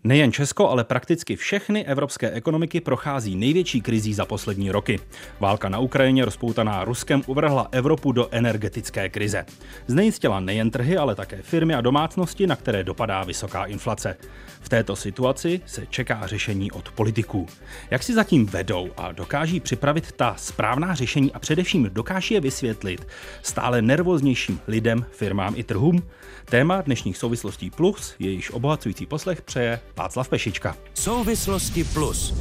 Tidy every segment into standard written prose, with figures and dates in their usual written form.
Nejen Česko, ale prakticky všechny evropské ekonomiky prochází největší krizí za poslední roky. Válka na Ukrajině rozpoutaná Ruskem uvrhla Evropu do energetické krize. Znejistila nejen trhy, ale také firmy a domácnosti, na které dopadá vysoká inflace. V této situaci se čeká řešení od politiků. Jak si zatím vedou a dokáží připravit ta správná řešení a především dokáží je vysvětlit stále nervóznějším lidem, firmám i trhům? Téma dnešních Souvislostí Plus, jejíž obohacující poslech přeje Václav Pešička. Souvislosti Plus.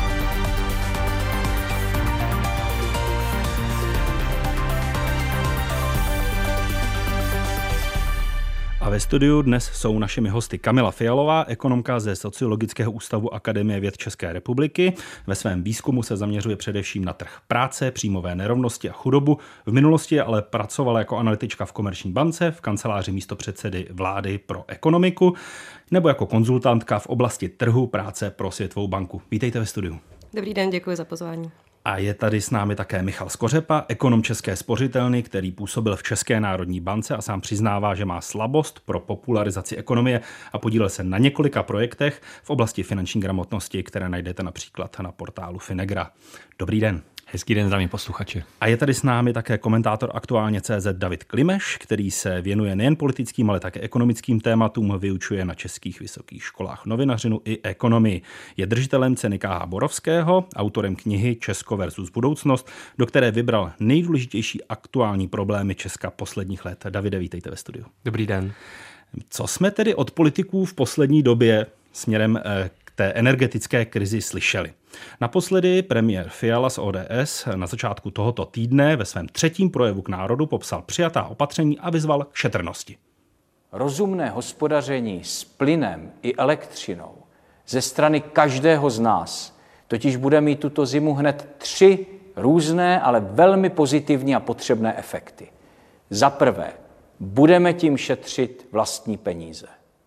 A ve studiu dnes jsou našimi hosty Kamila Fialová, ekonomka ze Sociologického ústavu Akademie věd České republiky. Ve svém výzkumu se zaměřuje především na trh práce, příjmové nerovnosti a chudobu. V minulosti ale pracovala jako analytička v Komerční bance, v kanceláři místopředsedy vlády pro ekonomiku nebo jako konzultantka v oblasti trhu práce pro Světovou banku. Vítejte ve studiu. Dobrý den, děkuji za pozvání. A je tady s námi také Michal Skořepa, ekonom České spořitelny, který působil v České národní bance a sám přiznává, že má slabost pro popularizaci ekonomie a podílel se na několika projektech v oblasti finanční gramotnosti, které najdete například na portálu Finegra. Dobrý den. Hezký den, zdravím posluchači. A je tady s námi také komentátor Aktuálně.cz David Klimeš, který se věnuje nejen politickým, ale také ekonomickým tématům, vyučuje na českých vysokých školách novinařinu i ekonomii. Je držitelem ceny K.H. Borovského, autorem knihy Česko versus budoucnost, do které vybral nejdůležitější aktuální problémy Česka posledních let. Davide, vítejte ve studiu. Dobrý den. Co jsme tedy od politiků v poslední době směrem k té energetické krizi slyšeli? Naposledy premiér Fiala z ODS na začátku tohoto týdne ve svém třetím projevu k národu popsal přijatá opatření a vyzval k šetrnosti. Rozumné hospodaření s plynem i elektřinou ze strany každého z nás totiž bude mít tuto zimu hned 3 různé, ale velmi pozitivní a potřebné efekty. Za prvé, budeme tím šetřit vlastní peníze.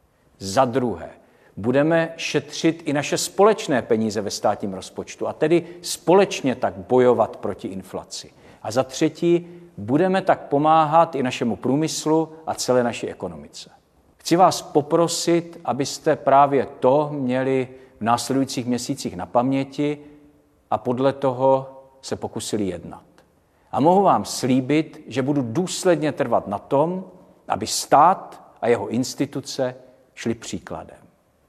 Za druhé, budeme šetřit i naše společné peníze ve státním rozpočtu a tedy společně tak bojovat proti inflaci. A za třetí, budeme tak pomáhat i našemu průmyslu a celé naší ekonomice. Chci vás poprosit, abyste právě to měli v následujících měsících na paměti a podle toho se pokusili jednat. A mohu vám slíbit, že budu důsledně trvat na tom, aby stát a jeho instituce šli příkladem.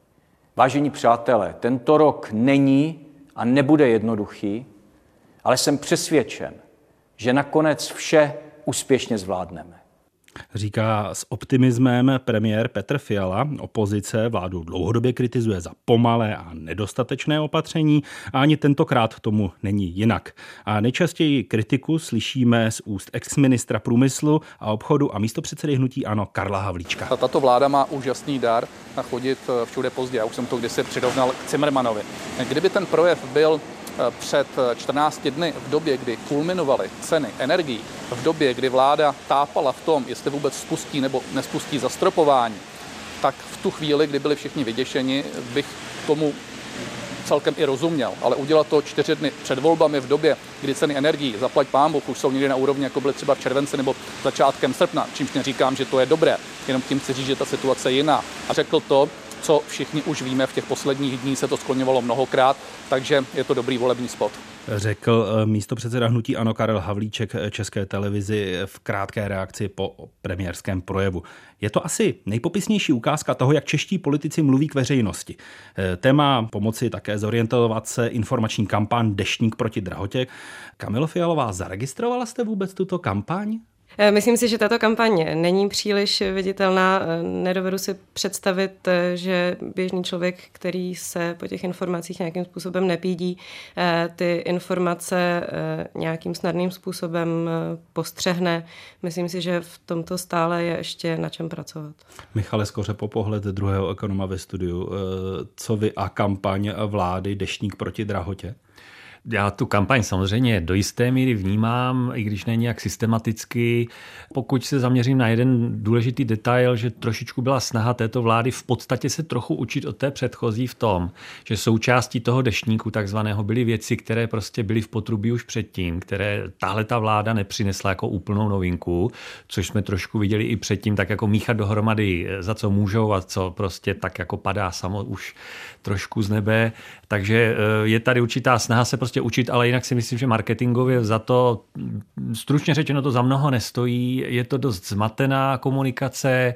Vážení přátelé, tento rok není a nebude jednoduchý, ale jsem přesvědčen, že nakonec vše úspěšně zvládneme. Říká s optimismem premiér Petr Fiala. Opozice vládu dlouhodobě kritizuje za pomalé a nedostatečné opatření a ani tentokrát tomu není jinak. A nejčastěji kritiku slyšíme z úst exministra průmyslu a obchodu a místopředsedy hnutí ANO Karla Havlíčka. Tato vláda má úžasný dar na chodit všude pozdě. Já už jsem to kdysi přirovnal k Cimrmanovi. Kdyby ten projev byl před 14 dny v době, kdy kulminovaly ceny energií, v době, kdy vláda tápala v tom, jestli vůbec spustí nebo nespustí zastropování, tak v tu chvíli, kdy byli všichni vyděšeni, bych tomu celkem i rozuměl. Ale udělat to 4 dny před volbami v době, kdy ceny energií, zaplať pán Bůh, už jsou někdy na úrovni, jako byly třeba v červenci nebo začátkem srpna, čímž neříkám, že to je dobré, jenom tím chci říct, že ta situace je jiná. A řekl to, co všichni už víme, v těch posledních dních se to skloňovalo mnohokrát, takže je to dobrý volební spot. Řekl místopředseda hnutí ANO Karel Havlíček České televizi v krátké reakci po premiérském projevu. Je to asi nejpopisnější ukázka toho, jak čeští politici mluví k veřejnosti. Téma pomoci také zorientovat se informační kampaň Deštník proti drahotě. Kamilo Fialová, zaregistrovala jste vůbec tuto kampaň? Myslím si, že tato kampaň není příliš viditelná. Nedovedu si představit, že běžný člověk, který se po těch informacích nějakým způsobem nepídí, ty informace nějakým snadným způsobem postřehne. Myslím si, že v tomto stále je ještě na čem pracovat. Michale Skořepo, pohled druhého ekonoma ve studiu. Co vy a kampaň vlády Deštník proti drahotě? Já tu kampaň samozřejmě do jisté míry vnímám, i když není jak systematicky. Pokud se zaměřím na jeden důležitý detail, že trošičku byla snaha této vlády v podstatě se trochu učit od té předchozí v tom, že součástí toho deštníku takzvaného byly věci, které prostě byly v potrubí už předtím, které tahle ta vláda nepřinesla jako úplnou novinku, což jsme trošku viděli i předtím, tak jako míchat dohromady, za co můžou a co prostě tak jako padá samo už trošku z nebe. Takže je tady určitá snaha se prostě učit, ale jinak si myslím, že marketingově za to, stručně řečeno, to za mnoho nestojí. Je to dost zmatená komunikace,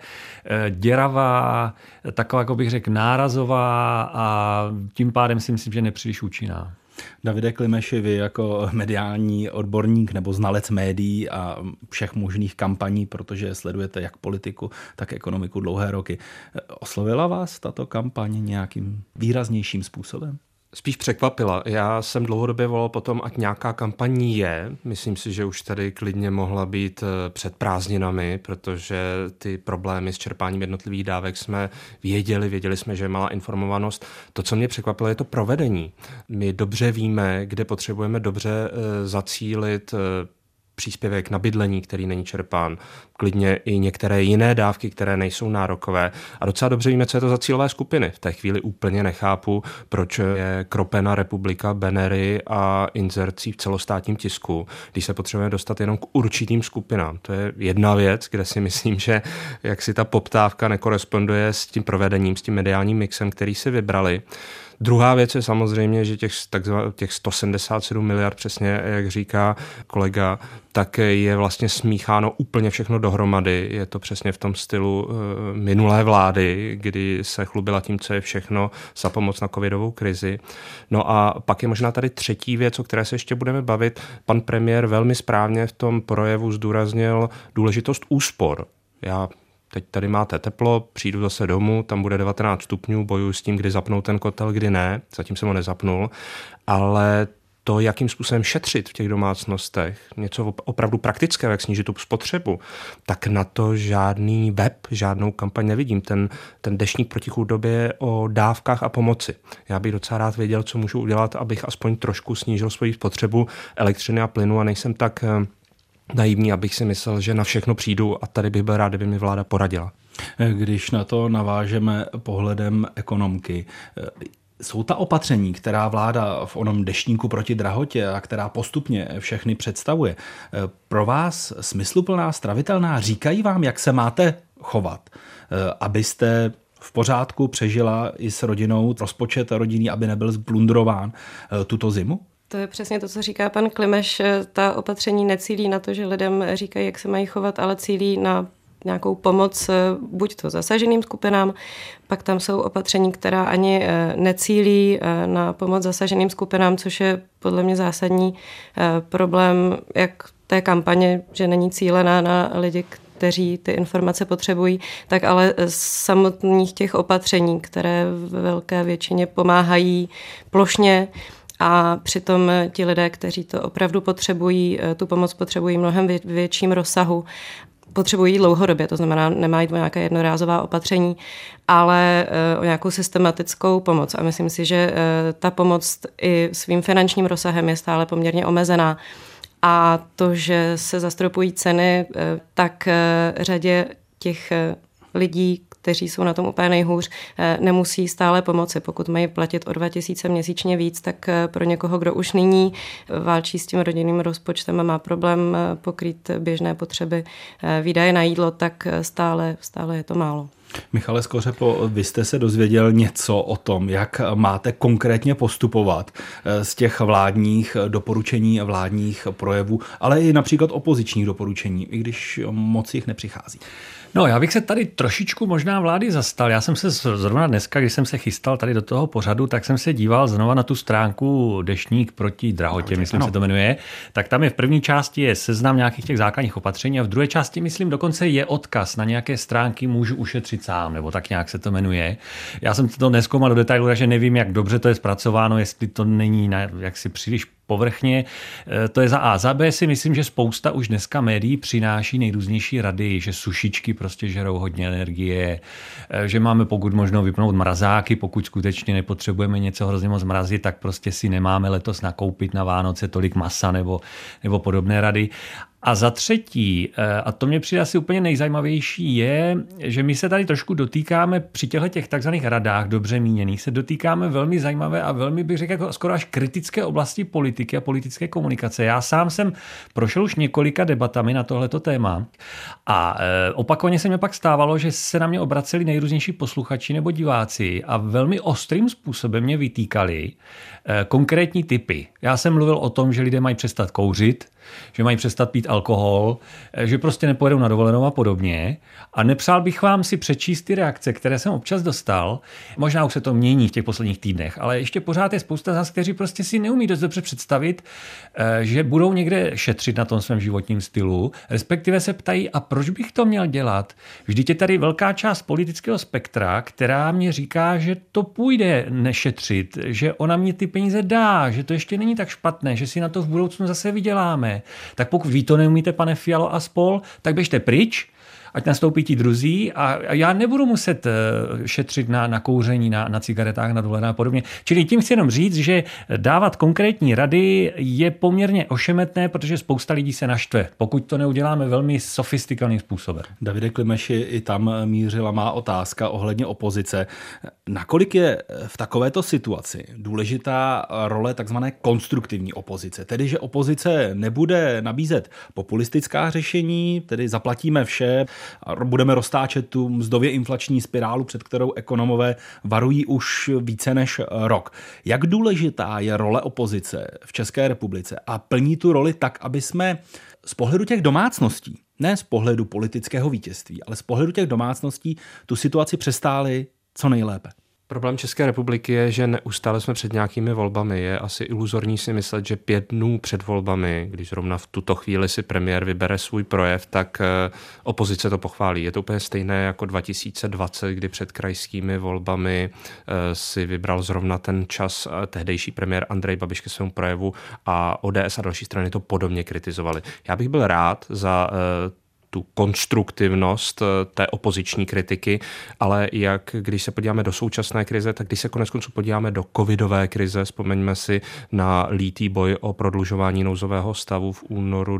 děravá, taková, jako bych řekl, nárazová a tím pádem si myslím, že nepříliš účinná. Davide Klimeši, vy jako mediální odborník nebo znalec médií a všech možných kampaní, protože sledujete jak politiku, tak ekonomiku dlouhé roky. Oslovila vás tato kampaň nějakým výraznějším způsobem? Spíš překvapila. Já jsem dlouhodobě volal potom, ať nějaká kampaň je. Myslím si, že už tady klidně mohla být před prázdninami, protože ty problémy s čerpáním jednotlivých dávek jsme věděli jsme, že je malá informovanost. To, co mě překvapilo, je to provedení. My dobře víme, kde potřebujeme dobře zacílit příspěvek na bydlení, který není čerpán, klidně i některé jiné dávky, které nejsou nárokové. A docela dobře víme, co je to za cílové skupiny. V té chvíli úplně nechápu, proč je kropena republika bannery a inzercí v celostátním tisku, když se potřebujeme dostat jenom k určitým skupinám. To je jedna věc, kde si myslím, že jak si ta poptávka nekoresponduje s tím provedením, s tím mediálním mixem, který si vybrali. Druhá věc je samozřejmě, že těch 177 miliard, přesně jak říká kolega, tak je vlastně smícháno úplně všechno dohromady. Je to přesně v tom stylu minulé vlády, kdy se chlubila tím, co je všechno za pomoc na covidovou krizi. No a pak je možná tady třetí věc, o které se ještě budeme bavit. Pan premiér velmi správně v tom projevu zdůraznil důležitost úspor. Teď tady máte teplo, přijdu zase domů, tam bude 19 stupňů, bojuju s tím, kdy zapnou ten kotel, kdy ne. Zatím jsem ho nezapnul, ale to, jakým způsobem šetřit v těch domácnostech, něco opravdu praktického, jak snížit tu spotřebu, tak na to žádný web, žádnou kampaň nevidím. Ten deštník proti chudobě je o dávkách a pomoci. Já bych docela rád věděl, co můžu udělat, abych aspoň trošku snížil svoji spotřebu elektřiny a plynu a nejsem tak naivní, abych si myslel, že na všechno přijdu a tady bych byl rád, kdyby mi vláda poradila. Když na to navážeme pohledem ekonomky, jsou ta opatření, která vláda v onom deštníku proti drahotě a která postupně všechny představuje, pro vás smysluplná, stravitelná? Říkají vám, jak se máte chovat, abyste v pořádku přežila i s rodinou rozpočet rodinný, aby nebyl zplundrován tuto zimu? To je přesně to, co říká pan Klimeš. Ta opatření necílí na to, že lidem říkají, jak se mají chovat, ale cílí na nějakou pomoc buď to zasaženým skupinám, pak tam jsou opatření, která ani necílí na pomoc zasaženým skupinám, což je podle mě zásadní problém jak té kampaně, že není cílená na lidi, kteří ty informace potřebují, tak ale samotných těch opatření, které ve velké většině pomáhají plošně. A přitom ti lidé, kteří to opravdu potřebují, tu pomoc potřebují mnohem větším rozsahu, potřebují dlouhodobě, to znamená, nemají to nějaké jednorázová opatření, ale o nějakou systematickou pomoc. A myslím si, že ta pomoc i svým finančním rozsahem je stále poměrně omezená. A to, že se zastropují ceny, tak řadě těch lidí, kteří jsou na tom úplně nejhůř, nemusí stále pomoci. Pokud mají platit o 2000 měsíčně víc, tak pro někoho, kdo už nyní válčí s tím rodinným rozpočtem a má problém pokrýt běžné potřeby, výdaje na jídlo, tak stále je to málo. Michale Skořepo, vy jste se dozvěděl něco o tom, jak máte konkrétně postupovat z těch vládních doporučení a vládních projevů, ale i například opozičních doporučení, i když moc jich nepřichází. No, já bych se tady trošičku možná vlády zastal. Já jsem se zrovna dneska, když jsem se chystal tady do toho pořadu, tak jsem se díval znova na tu stránku Deštník proti drahotě, myslím, se to jmenuje. Tak tam je v první části je seznam nějakých těch základních opatření a v druhé části, myslím, dokonce je odkaz na nějaké stránky Můžu ušetřit sám, nebo tak nějak se to jmenuje. Já jsem to nezkoumal do detailu, takže nevím, jak dobře to je zpracováno, jestli to není jaksi příliš povrchně. To je za A. Za B si myslím, že spousta už dneska médií přináší nejrůznější rady, že sušičky prostě žerou hodně energie, že máme pokud možno vypnout mrazáky, pokud skutečně nepotřebujeme něco hrozně moc mrazit, tak prostě si nemáme letos nakoupit na Vánoce tolik masa nebo podobné rady. A za třetí, a to mě přijde asi úplně nejzajímavější, je, že my se tady trošku dotýkáme při těch takzvaných radách dobře míněných, se dotýkáme velmi zajímavé a velmi, bych řekl, jako skoro až kritické oblasti politiky a politické komunikace. Já sám jsem prošel už několika debatami na tohleto téma a opakovaně se mi pak stávalo, že se na mě obraceli nejrůznější posluchači nebo diváci a velmi ostrým způsobem mě vytýkali konkrétní typy. Já jsem mluvil o tom, že lidé mají přestat kouřit, že mají přestat pít alkohol, že prostě nepojedou na dovolenou a podobně. A nepřál bych vám si přečíst ty reakce, které jsem občas dostal. Možná už se to mění v těch posledních týdnech, ale ještě pořád je spousta z nás, kteří prostě si neumí dost dobře představit, že budou někde šetřit na tom svém životním stylu, respektive se ptají, a proč bych to měl dělat? Vždyť je tady velká část politického spektra, která mě říká, že to půjde nešetřit, že ona mě ty peníze dá, že to ještě není tak špatné, že si na to v budoucnu zase vyděláme. Tak pokud vy to neumíte, pane Fialo a spol, tak běžte pryč, ať nastoupí ti druzí a já nebudu muset šetřit na kouření, na cigaretách, na dovolené a podobně. Čili tím chci jenom říct, že dávat konkrétní rady je poměrně ošemetné, protože spousta lidí se naštve, pokud to neuděláme velmi sofistikovaným způsobem. Davide Klimeši, i tam mířila má otázka ohledně opozice. Nakolik je v takovéto situaci důležitá role takzvané konstruktivní opozice? Tedy, že opozice nebude nabízet populistická řešení, tedy zaplatíme vše, a budeme roztáčet tu mzdově inflační spirálu, před kterou ekonomové varují už více než rok. Jak důležitá je role opozice v České republice a plní tu roli tak, aby jsme z pohledu těch domácností, ne z pohledu politického vítězství, ale z pohledu těch domácností tu situaci přestáli co nejlépe? Problém České republiky je, že neustále jsme před nějakými volbami. Je asi iluzorní si myslet, že 5 dnů před volbami, když zrovna v tuto chvíli si premiér vybere svůj projev, tak opozice to pochválí. Je to úplně stejné jako 2020, kdy před krajskými volbami si vybral zrovna ten čas tehdejší premiér Andrej Babiš ke svému projevu a ODS a další strany to podobně kritizovali. Já bych byl rád za tu konstruktivnost té opoziční kritiky, ale jak když se podíváme do současné krize, tak když se koneckonců podíváme do covidové krize, vzpomeňme si na lítý boj o prodlužování nouzového stavu v únoru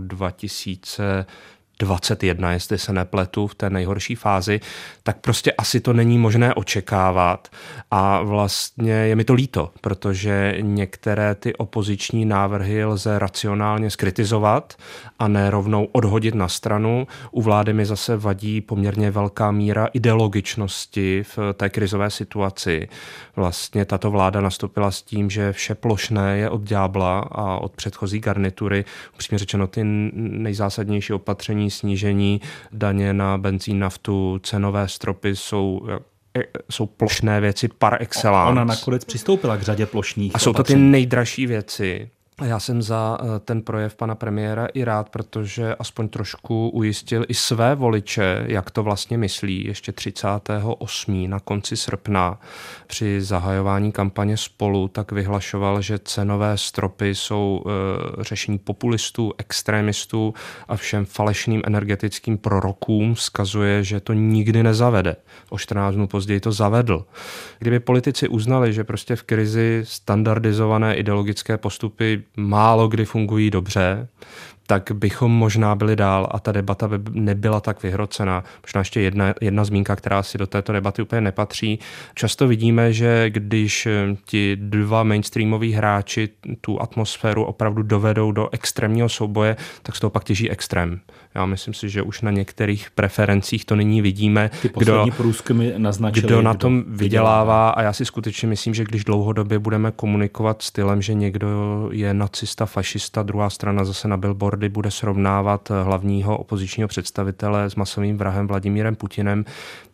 2021, jestli se nepletu, v té nejhorší fázi, tak prostě asi to není možné očekávat a vlastně je mi to líto, protože některé ty opoziční návrhy lze racionálně zkritizovat a ne rovnou odhodit na stranu. U vlády mi zase vadí poměrně velká míra ideologičnosti v té krizové situaci. Vlastně tato vláda nastoupila s tím, že vše plošné je od ďábla a od předchozí garnitury. Upřímně řečeno, ty nejzásadnější opatření, snížení daně na benzín, naftu, cenové stropy jsou plošné věci par excellence. Ona nakonec přistoupila k řadě plošných opatření. A jsou to ty nejdražší věci. A já jsem za ten projev pana premiéra i rád, protože aspoň trošku ujistil i své voliče, jak to vlastně myslí. Ještě 38. na konci srpna při zahajování kampaně Spolu tak vyhlašoval, že cenové stropy jsou řešení populistů, extrémistů a všem falešným energetickým prorokům vzkazuje, že to nikdy nezavede. O 14 dnů později to zavedl. Kdyby politici uznali, že prostě v krizi standardizované ideologické postupy málo kdy fungují dobře, tak bychom možná byli dál a ta debata by nebyla tak vyhrocená. Možná ještě jedna zmínka, která si do této debaty úplně nepatří. Často vidíme, že když ti dva mainstreamoví hráči tu atmosféru opravdu dovedou do extrémního souboje, tak z toho pak těží extrém. Já myslím si, že už na některých preferencích to nyní vidíme, kdo na tom vydělává a já si skutečně myslím, že když dlouhodobě budeme komunikovat stylem, že někdo je nacista, fašista, druhá strana zase na billboardy bude srovnávat hlavního opozičního představitele s masovým vrahem Vladimírem Putinem,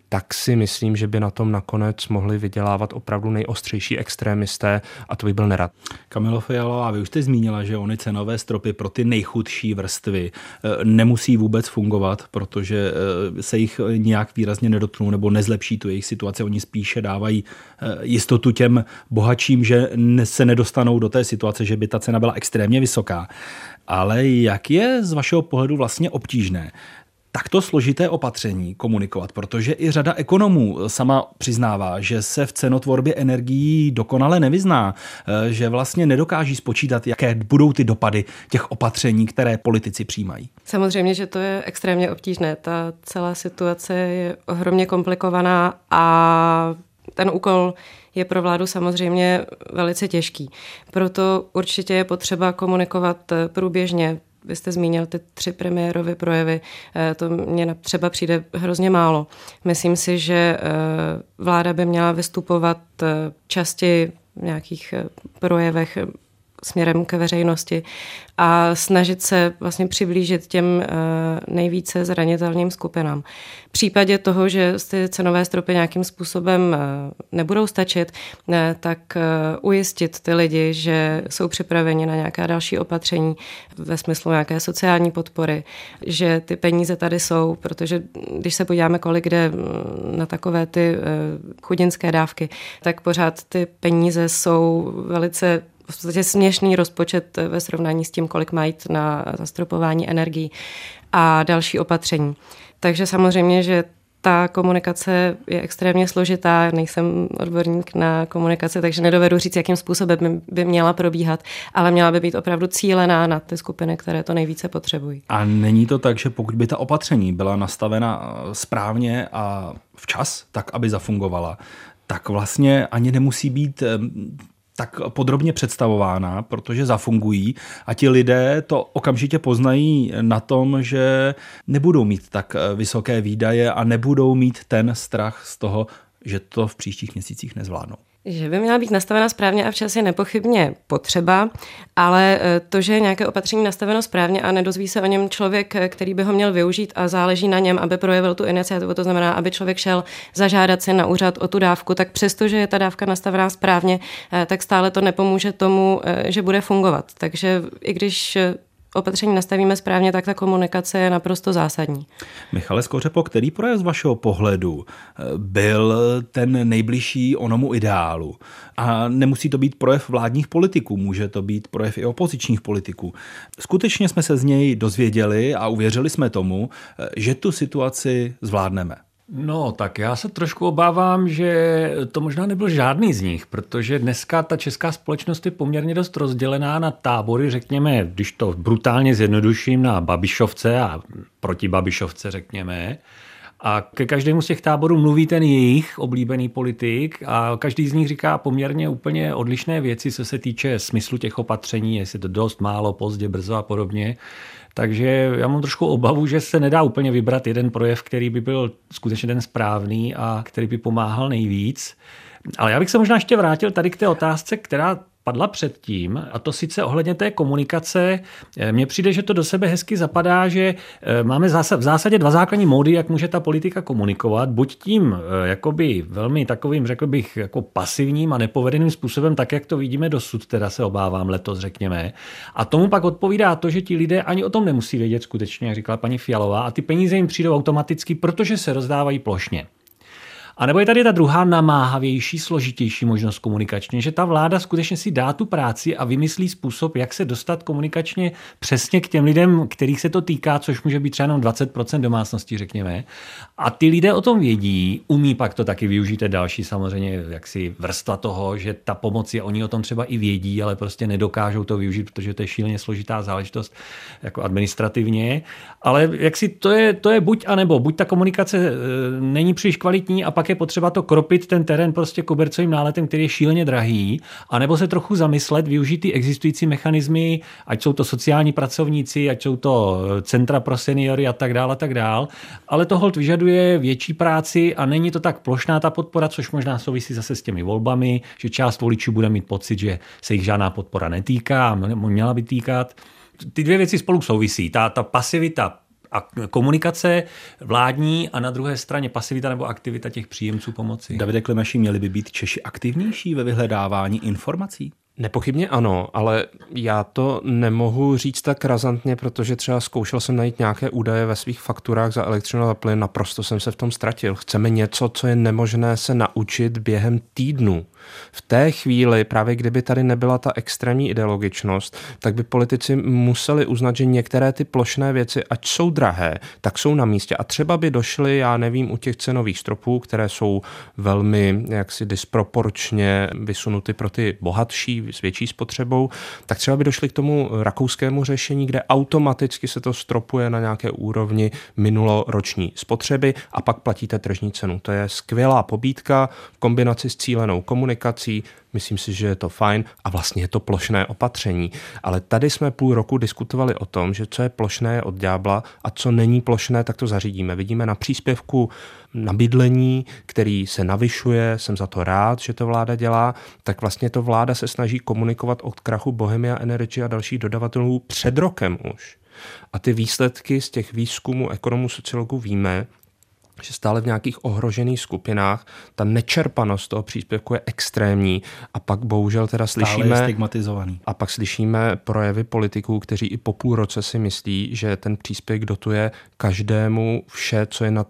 tak si myslím, že by na tom nakonec mohli vydělávat opravdu nejostřejší extrémisté a to by byl nerad. Kamilo Fialová, vy už jste zmínila, že ony cenové stropy pro ty nejchudší vrstvy nemusí vůbec fungovat, protože se jich nějak výrazně nedotknou nebo nezlepší tu jejich situaci. Oni spíše dávají jistotu těm bohatším, že se nedostanou do té situace, že by ta cena byla extrémně vysoká. Ale jak je z vašeho pohledu vlastně obtížné takto složité opatření komunikovat, protože i řada ekonomů sama přiznává, že se v cenotvorbě energií dokonale nevyzná, že vlastně nedokáží spočítat, jaké budou ty dopady těch opatření, které politici přijímají. Samozřejmě, že to je extrémně obtížné. Ta celá situace je ohromně komplikovaná a ten úkol je pro vládu samozřejmě velice těžký. Proto určitě je potřeba komunikovat průběžně. Vy jste zmínil ty 3 premiérovy projevy, to mně třeba přijde hrozně málo. Myslím si, že vláda by měla vystupovat častěji v nějakých projevech směrem k veřejnosti a snažit se vlastně přiblížit těm nejvíce zranitelným skupinám. V případě toho, že ty cenové stropy nějakým způsobem nebudou stačit, tak ujistit ty lidi, že jsou připraveni na nějaká další opatření ve smyslu nějaké sociální podpory, že ty peníze tady jsou, protože když se podíváme, kolik jde na takové ty chudinské dávky, tak pořád ty peníze jsou velice v podstatě směšný rozpočet ve srovnání s tím, kolik mají na zastropování energií a další opatření. Takže samozřejmě, že ta komunikace je extrémně složitá, nejsem odborník na komunikaci, takže nedovedu říct, jakým způsobem by měla probíhat, ale měla by být opravdu cílená na ty skupiny, které to nejvíce potřebují. A není to tak, že pokud by ta opatření byla nastavena správně a včas, tak aby zafungovala, tak vlastně ani nemusí být tak podrobně představována, protože zafungují a ti lidé to okamžitě poznají na tom, že nebudou mít tak vysoké výdaje a nebudou mít ten strach z toho, že to v příštích měsících nezvládnou. Že by měla být nastavena správně a včas je nepochybně potřeba, ale to, že je nějaké opatření nastaveno správně a nedozví se o něm člověk, který by ho měl využít a záleží na něm, aby projevil tu iniciativu, to znamená, aby člověk šel zažádat si na úřad o tu dávku, tak přestože je ta dávka nastavená správně, tak stále to nepomůže tomu, že bude fungovat. Takže i když opatření nastavíme správně, tak ta komunikace je naprosto zásadní. Michale Skořepo, který projev z vašeho pohledu byl ten nejbližší onomu ideálu? A nemusí to být projev vládních politiků, může to být projev i opozičních politiků. Skutečně jsme se z něj dozvěděli a uvěřili jsme tomu, že tu situaci zvládneme. No, tak já se trošku obávám, že to možná nebyl žádný z nich, protože dneska ta česká společnost je poměrně dost rozdělená na tábory, řekněme, když to brutálně zjednoduším, na Babišovce a proti Babišovce, řekněme. A ke každému z těch táborů mluví ten jejich oblíbený politik a každý z nich říká poměrně úplně odlišné věci, co se týče smyslu těch opatření, jestli to dost, málo, pozdě, brzo a podobně. Takže já mám trošku obavu, že se nedá úplně vybrat jeden projev, který by byl skutečně ten správný a který by pomáhal nejvíc. Ale já bych se možná ještě vrátil tady k té otázce, která padla předtím, a to sice ohledně té komunikace. Mně přijde, že to do sebe hezky zapadá, že máme v zásadě 2 základní módy, jak může ta politika komunikovat. Buď tím jakoby velmi takovým, řekl bych, jako pasivním a nepovedeným způsobem, tak jak to vidíme dosud, teda se obávám letos, řekněme. A tomu pak odpovídá to, že ti lidé ani o tom nemusí vědět skutečně, jak říkala paní Fialová, a ty peníze jim přijdou automaticky, protože se rozdávají plošně. A nebo je tady ta druhá namáhavější, složitější možnost komunikačně, že ta vláda skutečně si dá tu práci a vymyslí způsob, jak se dostat komunikačně přesně k těm lidem, kterých se to týká, což může být třeba jenom 20% domácností, řekněme. A ty lidé o tom vědí, umí pak to taky využít další samozřejmě jaksi vrstva toho, že ta pomoc je, oni o tom třeba i vědí, ale prostě nedokážou to využít, protože to je šíleně složitá záležitost jako administrativně. Ale jaksi to je buď a nebo, buď ta komunikace není příliš kvalitní a pak je potřeba to kropit ten terén prostě kobercovým náletem, který je šíleně drahý, anebo se trochu zamyslet, využít ty existující mechanismy, ať jsou to sociální pracovníci, ať jsou to centra pro seniory a tak dál, ale to holt vyžaduje větší práci a není to tak plošná ta podpora, což možná souvisí zase s těmi volbami, že část voličů bude mít pocit, že se jich žádná podpora netýká a měla by týkat. Ty 2 věci spolu souvisí. Ta pasivita A komunikace vládní a na druhé straně pasivita nebo aktivita těch příjemců pomoci. Davide Klimeši, měli by být Češi aktivnější ve vyhledávání informací? Nepochybně ano, ale já to nemohu říct tak razantně, protože třeba zkoušel jsem najít nějaké údaje ve svých fakturách za elektřinu a plyn, naprosto jsem se v tom ztratil. Chceme něco, co je nemožné se naučit během týdnu. V té chvíli, právě kdyby tady nebyla ta extrémní ideologičnost, tak by politici museli uznat, že některé ty plošné věci, ať jsou drahé, tak jsou na místě. A třeba by došly, já nevím, u těch cenových stropů, které jsou velmi jaksi disproporčně vysunuty pro ty bohatší, s větší spotřebou, tak třeba by došli k tomu rakouskému řešení, kde automaticky se to stropuje na nějaké úrovni minuloroční spotřeby a pak platíte tržní cenu. To je skvělá pobídka v kombinaci s cílenou komunikací. Myslím si, že je to fajn a vlastně je to plošné opatření. Ale tady jsme půl roku diskutovali o tom, že co je plošné je od ďábla a co není plošné, tak to zařídíme. Vidíme na příspěvku na bydlení, který se navyšuje, jsem za to rád, že to vláda dělá, tak vlastně to vláda se snaží komunikovat od krachu Bohemia Energy a dalších dodavatelů před rokem už. A ty výsledky z těch výzkumů ekonomů, sociologů víme, že stále v nějakých ohrožených skupinách ta nečerpanost toho příspěvku je extrémní a pak bohužel teda slyšíme stigmatizovaný. A pak slyšíme projevy politiků, kteří i po půl roce si myslí, že ten příspěvek dotuje každému vše, co je na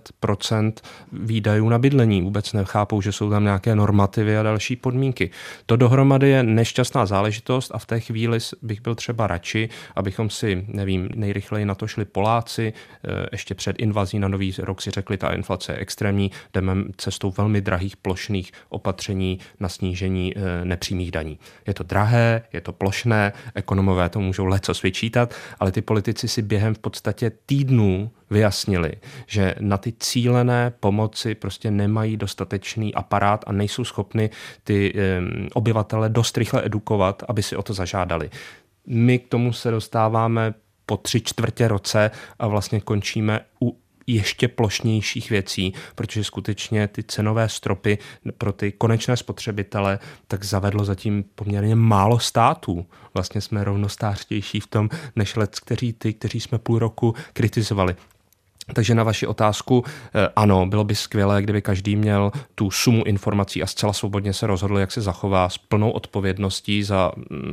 30% výdajů na bydlení. Vůbec nechápou, že jsou tam nějaké normativy a další podmínky. To dohromady je nešťastná záležitost a v té chvíli bych byl třeba radši, abychom si, nevím, nejrychleji na to šli Poláci, ještě před invazí na Nový rok si řekli, ta inflace je extrémní, jdeme cestou velmi drahých plošných opatření na snížení nepřímých daní. Je to drahé, je to plošné, ekonomové to můžou lecos vyčítat, ale ty politici si během v podstatě týdnů vyjasnili, že na ty cílené pomoci prostě nemají dostatečný aparát a nejsou schopni ty obyvatele dost rychle edukovat, aby si o to zažádali. My k tomu se dostáváme po 3/4 roce a vlastně končíme u ještě plošnějších věcí, protože skutečně ty cenové stropy pro ty konečné spotřebitele tak zavedlo zatím poměrně málo států. Vlastně jsme rovnostářtější v tom, než kteří jsme půl roku kritizovali. Takže na vaši otázku, ano, bylo by skvělé, kdyby každý měl tu sumu informací a zcela svobodně se rozhodl, jak se zachová s plnou odpovědností za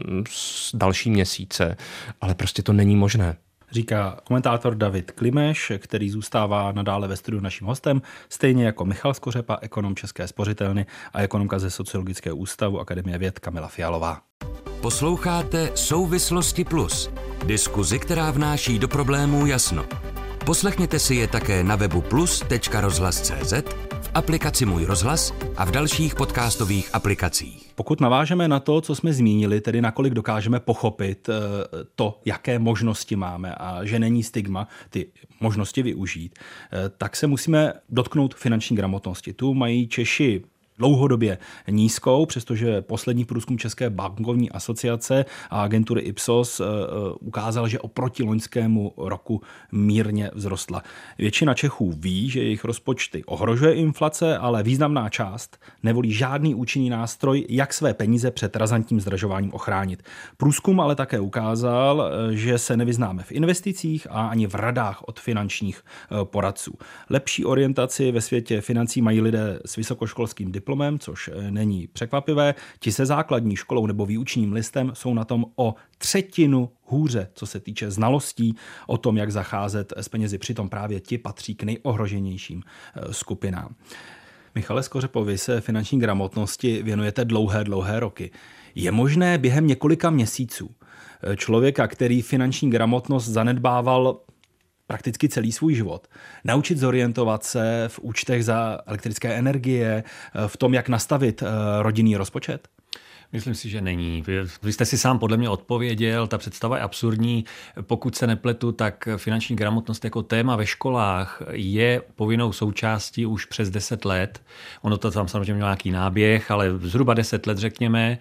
další měsíce, ale prostě to není možné. Říká komentátor David Klimeš, který zůstává nadále ve studiu naším hostem, stejně jako Michal Skořepa, ekonom České spořitelny a ekonomka ze Sociologického ústavu Akademie věd Kamila Fialová. Posloucháte Souvislosti plus, diskuzi, která vnáší do problémů jasno. Poslechněte si je také na webu plus.rozhlas.cz, v aplikaci Můj rozhlas a v dalších podcastových aplikacích. Pokud navážeme na to, co jsme zmínili, tedy nakolik dokážeme pochopit to, jaké možnosti máme a že není stigma ty možnosti využít, tak se musíme dotknout finanční gramotnosti. Tu mají Češi dlouhodobě nízkou, přestože poslední průzkum České bankovní asociace a agentury Ipsos ukázal, že oproti loňskému roku mírně vzrostla. Většina Čechů ví, že jejich rozpočty ohrožuje inflace, ale významná část nevolí žádný účinný nástroj, jak své peníze před razantním zdražováním ochránit. Průzkum ale také ukázal, že se nevyznáme v investicích a ani v radách od finančních poradců. Lepší orientaci ve světě financí mají lidé s vysokoškolským diplomem, což není překvapivé. Ti se základní školou nebo výučním listem jsou na tom o 1/3 hůře, co se týče znalostí o tom, jak zacházet s penězi. Přitom právě ti patří k nejohroženějším skupinám. Michale Skořepo, vy se finanční gramotnosti věnujete dlouhé roky. Je možné během několika měsíců člověka, který finanční gramotnost zanedbával prakticky celý svůj život, naučit zorientovat se v účtech za elektrické energie, v tom, jak nastavit rodinný rozpočet? Myslím si, že není. Vy jste si sám podle mě odpověděl, ta představa je absurdní. Pokud se nepletu, tak finanční gramotnost jako téma ve školách je povinnou součástí už přes 10 let. Ono to tam samozřejmě mělo nějaký náběh, ale zhruba 10 let řekněme.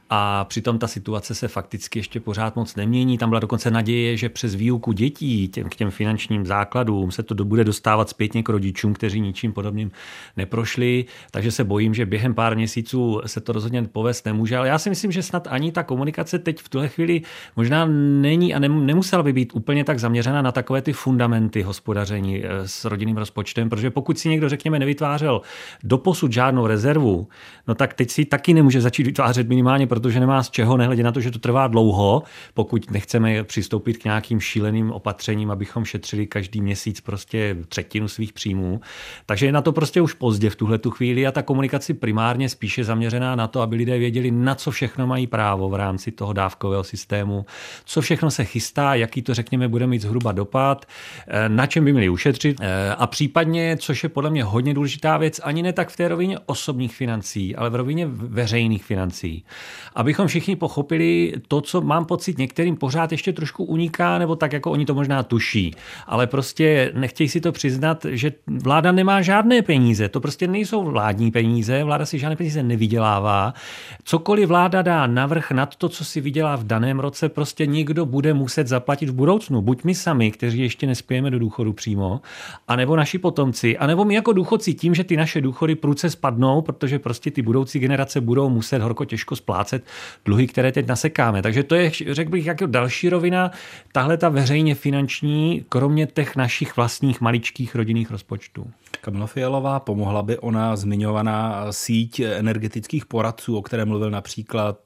A přitom ta situace se fakticky ještě pořád moc nemění. Tam byla dokonce naděje, že přes výuku dětí k těm finančním základům se to bude dostávat zpětně k rodičům, kteří ničím podobným neprošli. Takže se bojím, že během pár měsíců se to rozhodně povést vůbec nemůže, ale já si myslím, že snad ani ta komunikace teď v tuhle chvíli možná není a nemusela by být úplně tak zaměřena na takové ty fundamenty hospodaření s rodinným rozpočtem, protože pokud si někdo, řekněme, nevytvářel doposud žádnou rezervu, no tak teď si taky nemůže začít vytvářet minimálně, protože nemá z čeho, nehledě na to, že to trvá dlouho, pokud nechceme přistoupit k nějakým šíleným opatřením, abychom šetřili každý měsíc prostě třetinu svých příjmů. Takže je na to prostě už pozdě v tuhletu chvíli a ta komunikace primárně spíše zaměřená na to, aby lidé věděli, na co všechno mají právo v rámci toho dávkového systému, co všechno se chystá, jaký to, řekněme, bude mít zhruba dopad, na čem by měli ušetřit a případně, což je podle mě hodně důležitá věc, ani ne tak v té rovině osobních financí, ale v rovině veřejných financí. Abychom všichni pochopili to, co mám pocit některým pořád ještě trošku uniká, nebo tak, jako oni to možná tuší, ale prostě nechtějí si to přiznat, že vláda nemá žádné peníze, to prostě nejsou vládní peníze, vláda si žádné peníze nevydělává. Cokoliv vláda dá navrch nad to, co si vydělá v daném roce, prostě někdo bude muset zaplatit v budoucnu. Buď my sami, kteří ještě nespějeme do důchodu přímo, anebo naši potomci, anebo my jako důchodci tím, že ty naše důchody prudce spadnou, protože prostě ty budoucí generace budou muset horko těžko splácet dluhy, které teď nasekáme. Takže to je, řekl bych, jako další rovina, tahle ta veřejně finanční, kromě těch našich vlastních maličkých rodinných rozpočtů. Kamila Fialová, pomohla by ona zmiňovaná síť energetických poradců, o které mluvil například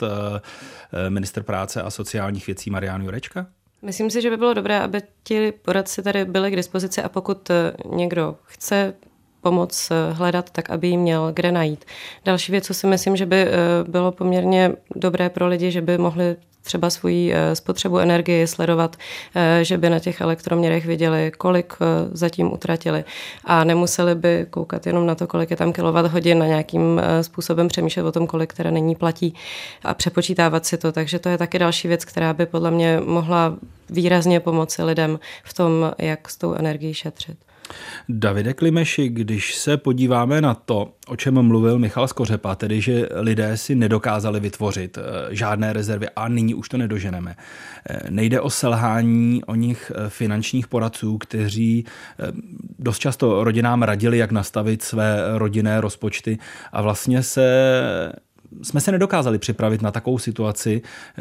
ministr práce a sociálních věcí Marian Jurečka? Myslím si, že by bylo dobré, aby ti poradci tady byli k dispozici a pokud někdo chce pomoc hledat, tak aby ji měl kde najít. Další věc, co si myslím, že by bylo poměrně dobré pro lidi, že by mohli třeba svoji spotřebu energie sledovat, že by na těch elektroměrech viděli, kolik zatím utratili a nemuseli by koukat jenom na to, kolik je tam kilowatthodin, na nějakým způsobem přemýšlet o tom, kolik které není platí a přepočítávat si to. Takže to je taky další věc, která by podle mě mohla výrazně pomoci lidem v tom, jak s tou energií šetřit. Davide Klimeši, když se podíváme na to, o čem mluvil Michal Skořepa, tedy že lidé si nedokázali vytvořit žádné rezervy a nyní už to nedoženeme. Nejde o selhání o nich finančních poradců, kteří dost často rodinám radili, jak nastavit své rodinné rozpočty a vlastně jsme se nedokázali připravit na takovou situaci,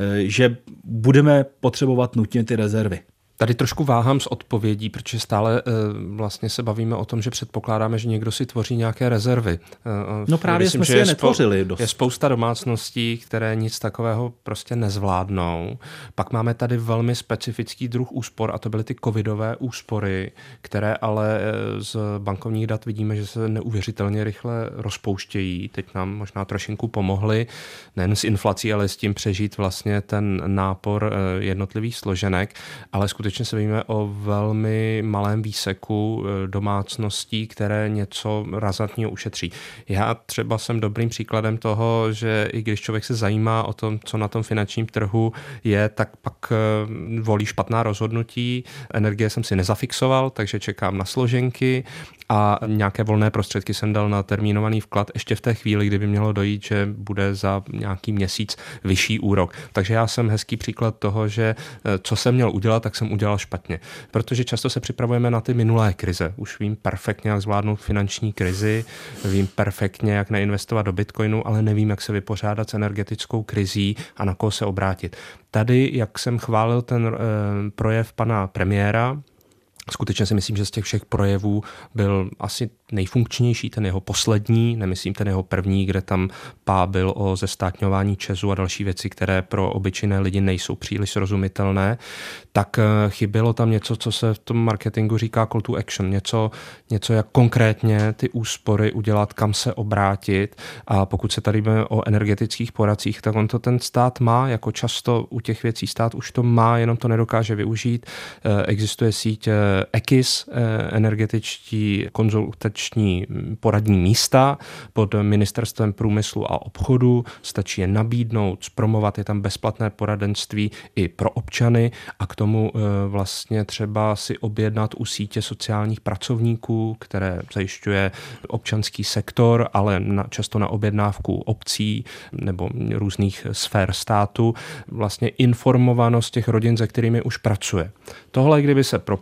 že budeme potřebovat nutně ty rezervy. Tady trošku váhám s odpovědí, protože stále vlastně se bavíme o tom, že předpokládáme, že někdo si tvoří nějaké rezervy. No právě myslím, jsme si je netvořili dost. Je spousta domácností, které nic takového prostě nezvládnou. Pak máme tady velmi specifický druh úspor a to byly ty covidové úspory, které ale z bankovních dat vidíme, že se neuvěřitelně rychle rozpouštějí. Teď nám možná trošinku pomohly nejen s inflací, ale s tím přežít vlastně ten nápor jednotlivých složenek, ale skutečně se bavíme o velmi malém výseku domácností, které něco razantního ušetří. Já třeba jsem dobrým příkladem toho, že i když člověk se zajímá o tom, co na tom finančním trhu je, tak pak volí špatná rozhodnutí. Energie jsem si nezafixoval, takže čekám na složenky a nějaké volné prostředky jsem dal na termínovaný vklad ještě v té chvíli, kdyby mělo dojít, že bude za nějaký měsíc vyšší úrok. Takže já jsem hezký příklad toho, že co jsem měl udělat, tak jsem udělal špatně. Protože často se připravujeme na ty minulé krize. Už vím perfektně, jak zvládnout finanční krizi, vím perfektně, jak neinvestovat do bitcoinu, ale nevím, jak se vypořádat s energetickou krizí a na koho se obrátit. Tady, jak jsem chválil ten projev pana premiéra, skutečně si myslím, že z těch všech projevů byl asi nejfunkčnější, ten jeho poslední, nemyslím ten jeho první, kde tam pábil o zestátňování ČEZu a další věci, které pro obyčejné lidi nejsou příliš srozumitelné, tak chybělo tam něco, co se v tom marketingu říká call to action, něco jak konkrétně ty úspory udělat, kam se obrátit a pokud se tady bavíme o energetických poradcích, tak on to ten stát má, jako často u těch věcí stát už to má, jenom to nedokáže využít. Existuje síť EKIS, energetičtí konzultační poradní místa pod Ministerstvem průmyslu a obchodu. Stačí je nabídnout, zpromovat, je tam bezplatné poradenství i pro občany a k tomu vlastně třeba si objednat u sítě sociálních pracovníků, které zajišťuje občanský sektor, ale často na objednávku obcí nebo různých sfér státu, vlastně informovanost těch rodin, se kterými už pracuje. Tohle, kdyby se propojilo,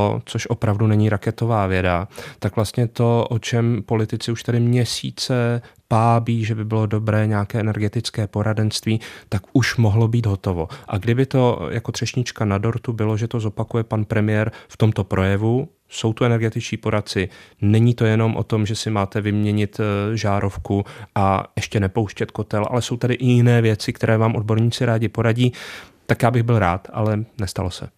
letadlo, což opravdu není raketová věda, tak vlastně to, o čem politici už tady měsíce pábí, že by bylo dobré nějaké energetické poradenství, tak už mohlo být hotovo. A kdyby to jako třešnička na dortu bylo, že to zopakuje pan premiér v tomto projevu, jsou tu energetičtí poradci, není to jenom o tom, že si máte vyměnit žárovku a ještě nepouštět kotel, ale jsou tady i jiné věci, které vám odborníci rádi poradí, tak já bych byl rád, ale nestalo se.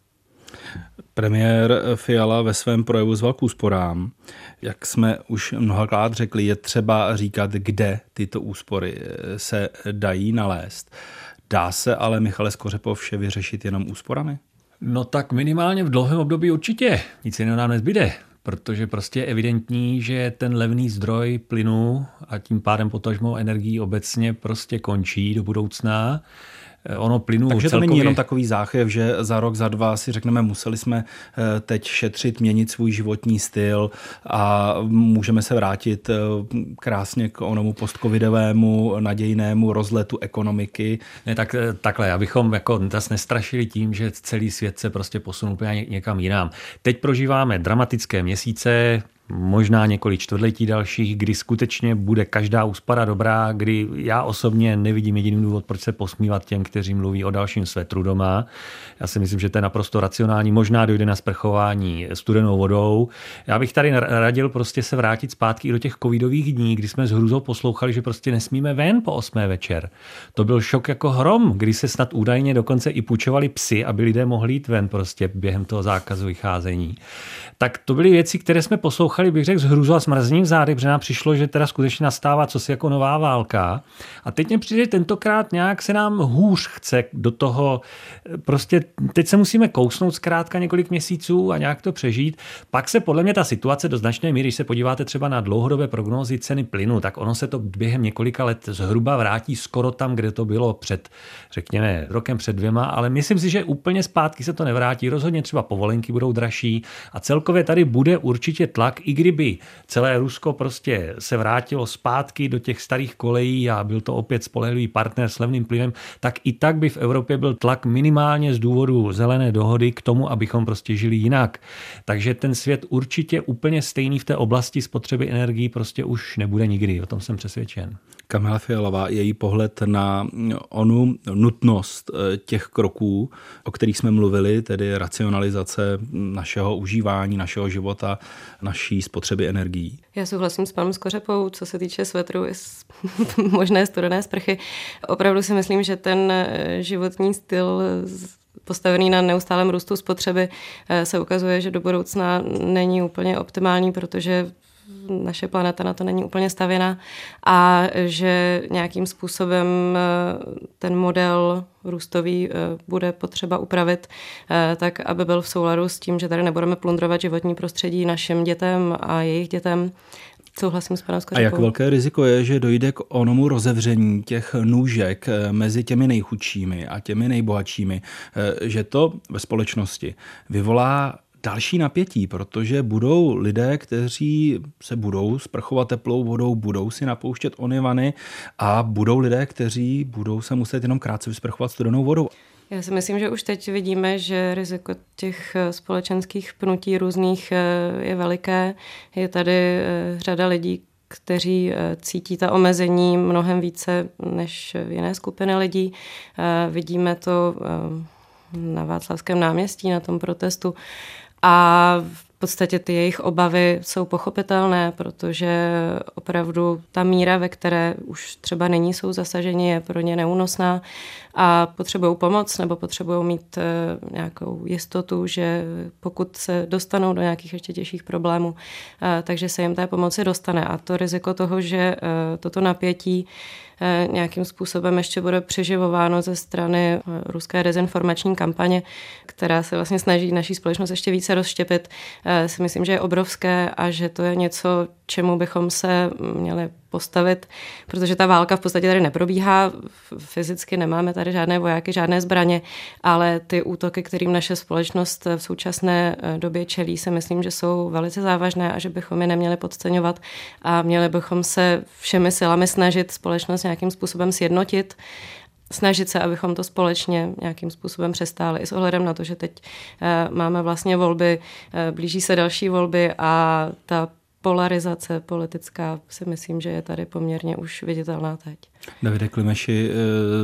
Premiér Fiala ve svém projevu zval k úsporám. Jak jsme už mnohokrát řekli, je třeba říkat, kde tyto úspory se dají nalézt. Dá se ale, Michale Skořepo, vše vyřešit jenom úsporami? No tak minimálně v dlouhém období určitě. Nic jiného nám nezbyde, protože prostě je evidentní, že ten levný zdroj plynu a tím pádem potažmou energií obecně prostě končí do budoucna. Ono plynu takže to celkově... není jenom takový záchvěv, že za rok, za dva si řekneme, museli jsme teď šetřit, měnit svůj životní styl a můžeme se vrátit krásně k onomu postcovidovému nadějnému rozletu ekonomiky. Ne, tak takhle, abychom jako zase nestrašili tím, že celý svět se prostě posunul úplně někam jinam. Teď prožíváme dramatické měsíce, možná několik čtvrtletí dalších, kdy skutečně bude každá úspora dobrá, kdy já osobně nevidím jediný důvod, proč se posmívat těm, kteří mluví o dalším svetru doma. Já si myslím, že to je naprosto racionální. Možná dojde na sprchování studenou vodou. Já bych tady radil prostě se vrátit zpátky i do těch covidových dní, kdy jsme s hrůzou poslouchali, že prostě nesmíme ven po 8. večer. To byl šok jako hrom, kdy se snad údajně dokonce i půjčovali psy, aby lidé mohli jít ven prostě během toho zákazu vycházení. Tak to byly věci, které jsme poslouchali, bych řekl, s hrůzou a smrzením v zádech, protože nám přišlo, že teda skutečně nastává cosi jako nová válka. A teď mě přijde, tentokrát nějak se nám hůř chce do toho, prostě teď se musíme kousnout zkrátka několik měsíců a nějak to přežít. Pak se podle mě ta situace do značné míry, když se podíváte třeba na dlouhodobé prognózy ceny plynu, tak ono se to během několika let zhruba vrátí skoro tam, kde to bylo před, řekněme, rokem před 2, ale myslím si, že úplně zpátky se to nevrátí. Rozhodně třeba povolenky budou dražší a celkově tady bude určitě tlak, i kdyby celé Rusko prostě se vrátilo zpátky do těch starých kolejí a byl to opět spolehlivý partner s levným plynem, tak i tak by v Evropě byl tlak minimálně z důvodu zelené dohody k tomu, abychom prostě žili jinak. Takže ten svět určitě úplně stejný v té oblasti spotřeby energií prostě už nebude nikdy, o tom jsem přesvědčen. Kamila Fialová, její pohled na onu nutnost těch kroků, o kterých jsme mluvili, tedy racionalizace našeho užívání, našeho života, naší spotřeby energií. Já souhlasím s panem Skořepou, co se týče svetru i možné studené sprchy. Opravdu si myslím, že ten životní styl postavený na neustálém růstu spotřeby se ukazuje, že do budoucna není úplně optimální, protože naše planeta na to není úplně stavěná a že nějakým způsobem ten model růstový bude potřeba upravit tak, aby byl v souladu s tím, že tady nebudeme plundrovat životní prostředí našim dětem a jejich dětem. Souhlasím s panem Skořepou. A jak velké riziko je, že dojde k onomu rozevření těch nůžek mezi těmi nejchudšími a těmi nejbohatšími, že to ve společnosti vyvolá další napětí, protože budou lidé, kteří se budou sprchovat teplou vodou, budou si napouštět ony vany a budou lidé, kteří budou se muset jenom krátce vysprchovat studenou vodou. Já si myslím, že už teď vidíme, že riziko těch společenských pnutí různých je veliké. Je tady řada lidí, kteří cítí ta omezení mnohem více než jiné skupiny lidí. Vidíme to na Václavském náměstí, na tom protestu. A v podstatě ty jejich obavy jsou pochopitelné, protože opravdu ta míra, ve které už třeba nyní jsou zasaženi, je pro ně neúnosná a potřebují pomoc nebo potřebují mít nějakou jistotu, že pokud se dostanou do nějakých ještě těžších problémů, takže se jim té pomoci dostane. A to riziko toho, že toto napětí nějakým způsobem ještě bude přeživováno ze strany ruské dezinformační kampaně, která se vlastně snaží naší společnost ještě více rozštěpit, si myslím, že je obrovské a že to je něco, čemu bychom se měli postavit, protože ta válka v podstatě tady neprobíhá, fyzicky nemáme tady žádné vojáky, žádné zbraně, ale ty útoky, kterým naše společnost v současné době čelí, si myslím, že jsou velice závažné a že bychom je neměli podceňovat a měli bychom se všemi silami snažit společnost nějakým způsobem sjednotit snažit se, abychom to společně nějakým způsobem přestáli. I s ohledem na to, že teď máme vlastně volby, blíží se další volby a ta polarizace politická si myslím, že je tady poměrně už viditelná teď. Davide Klimeši,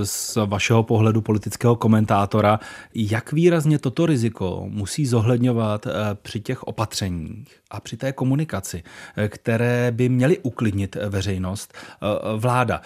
z vašeho pohledu politického komentátora, jak výrazně toto riziko musí zohledňovat při těch opatřeních a při té komunikaci, které by měly uklidnit veřejnost, vláda?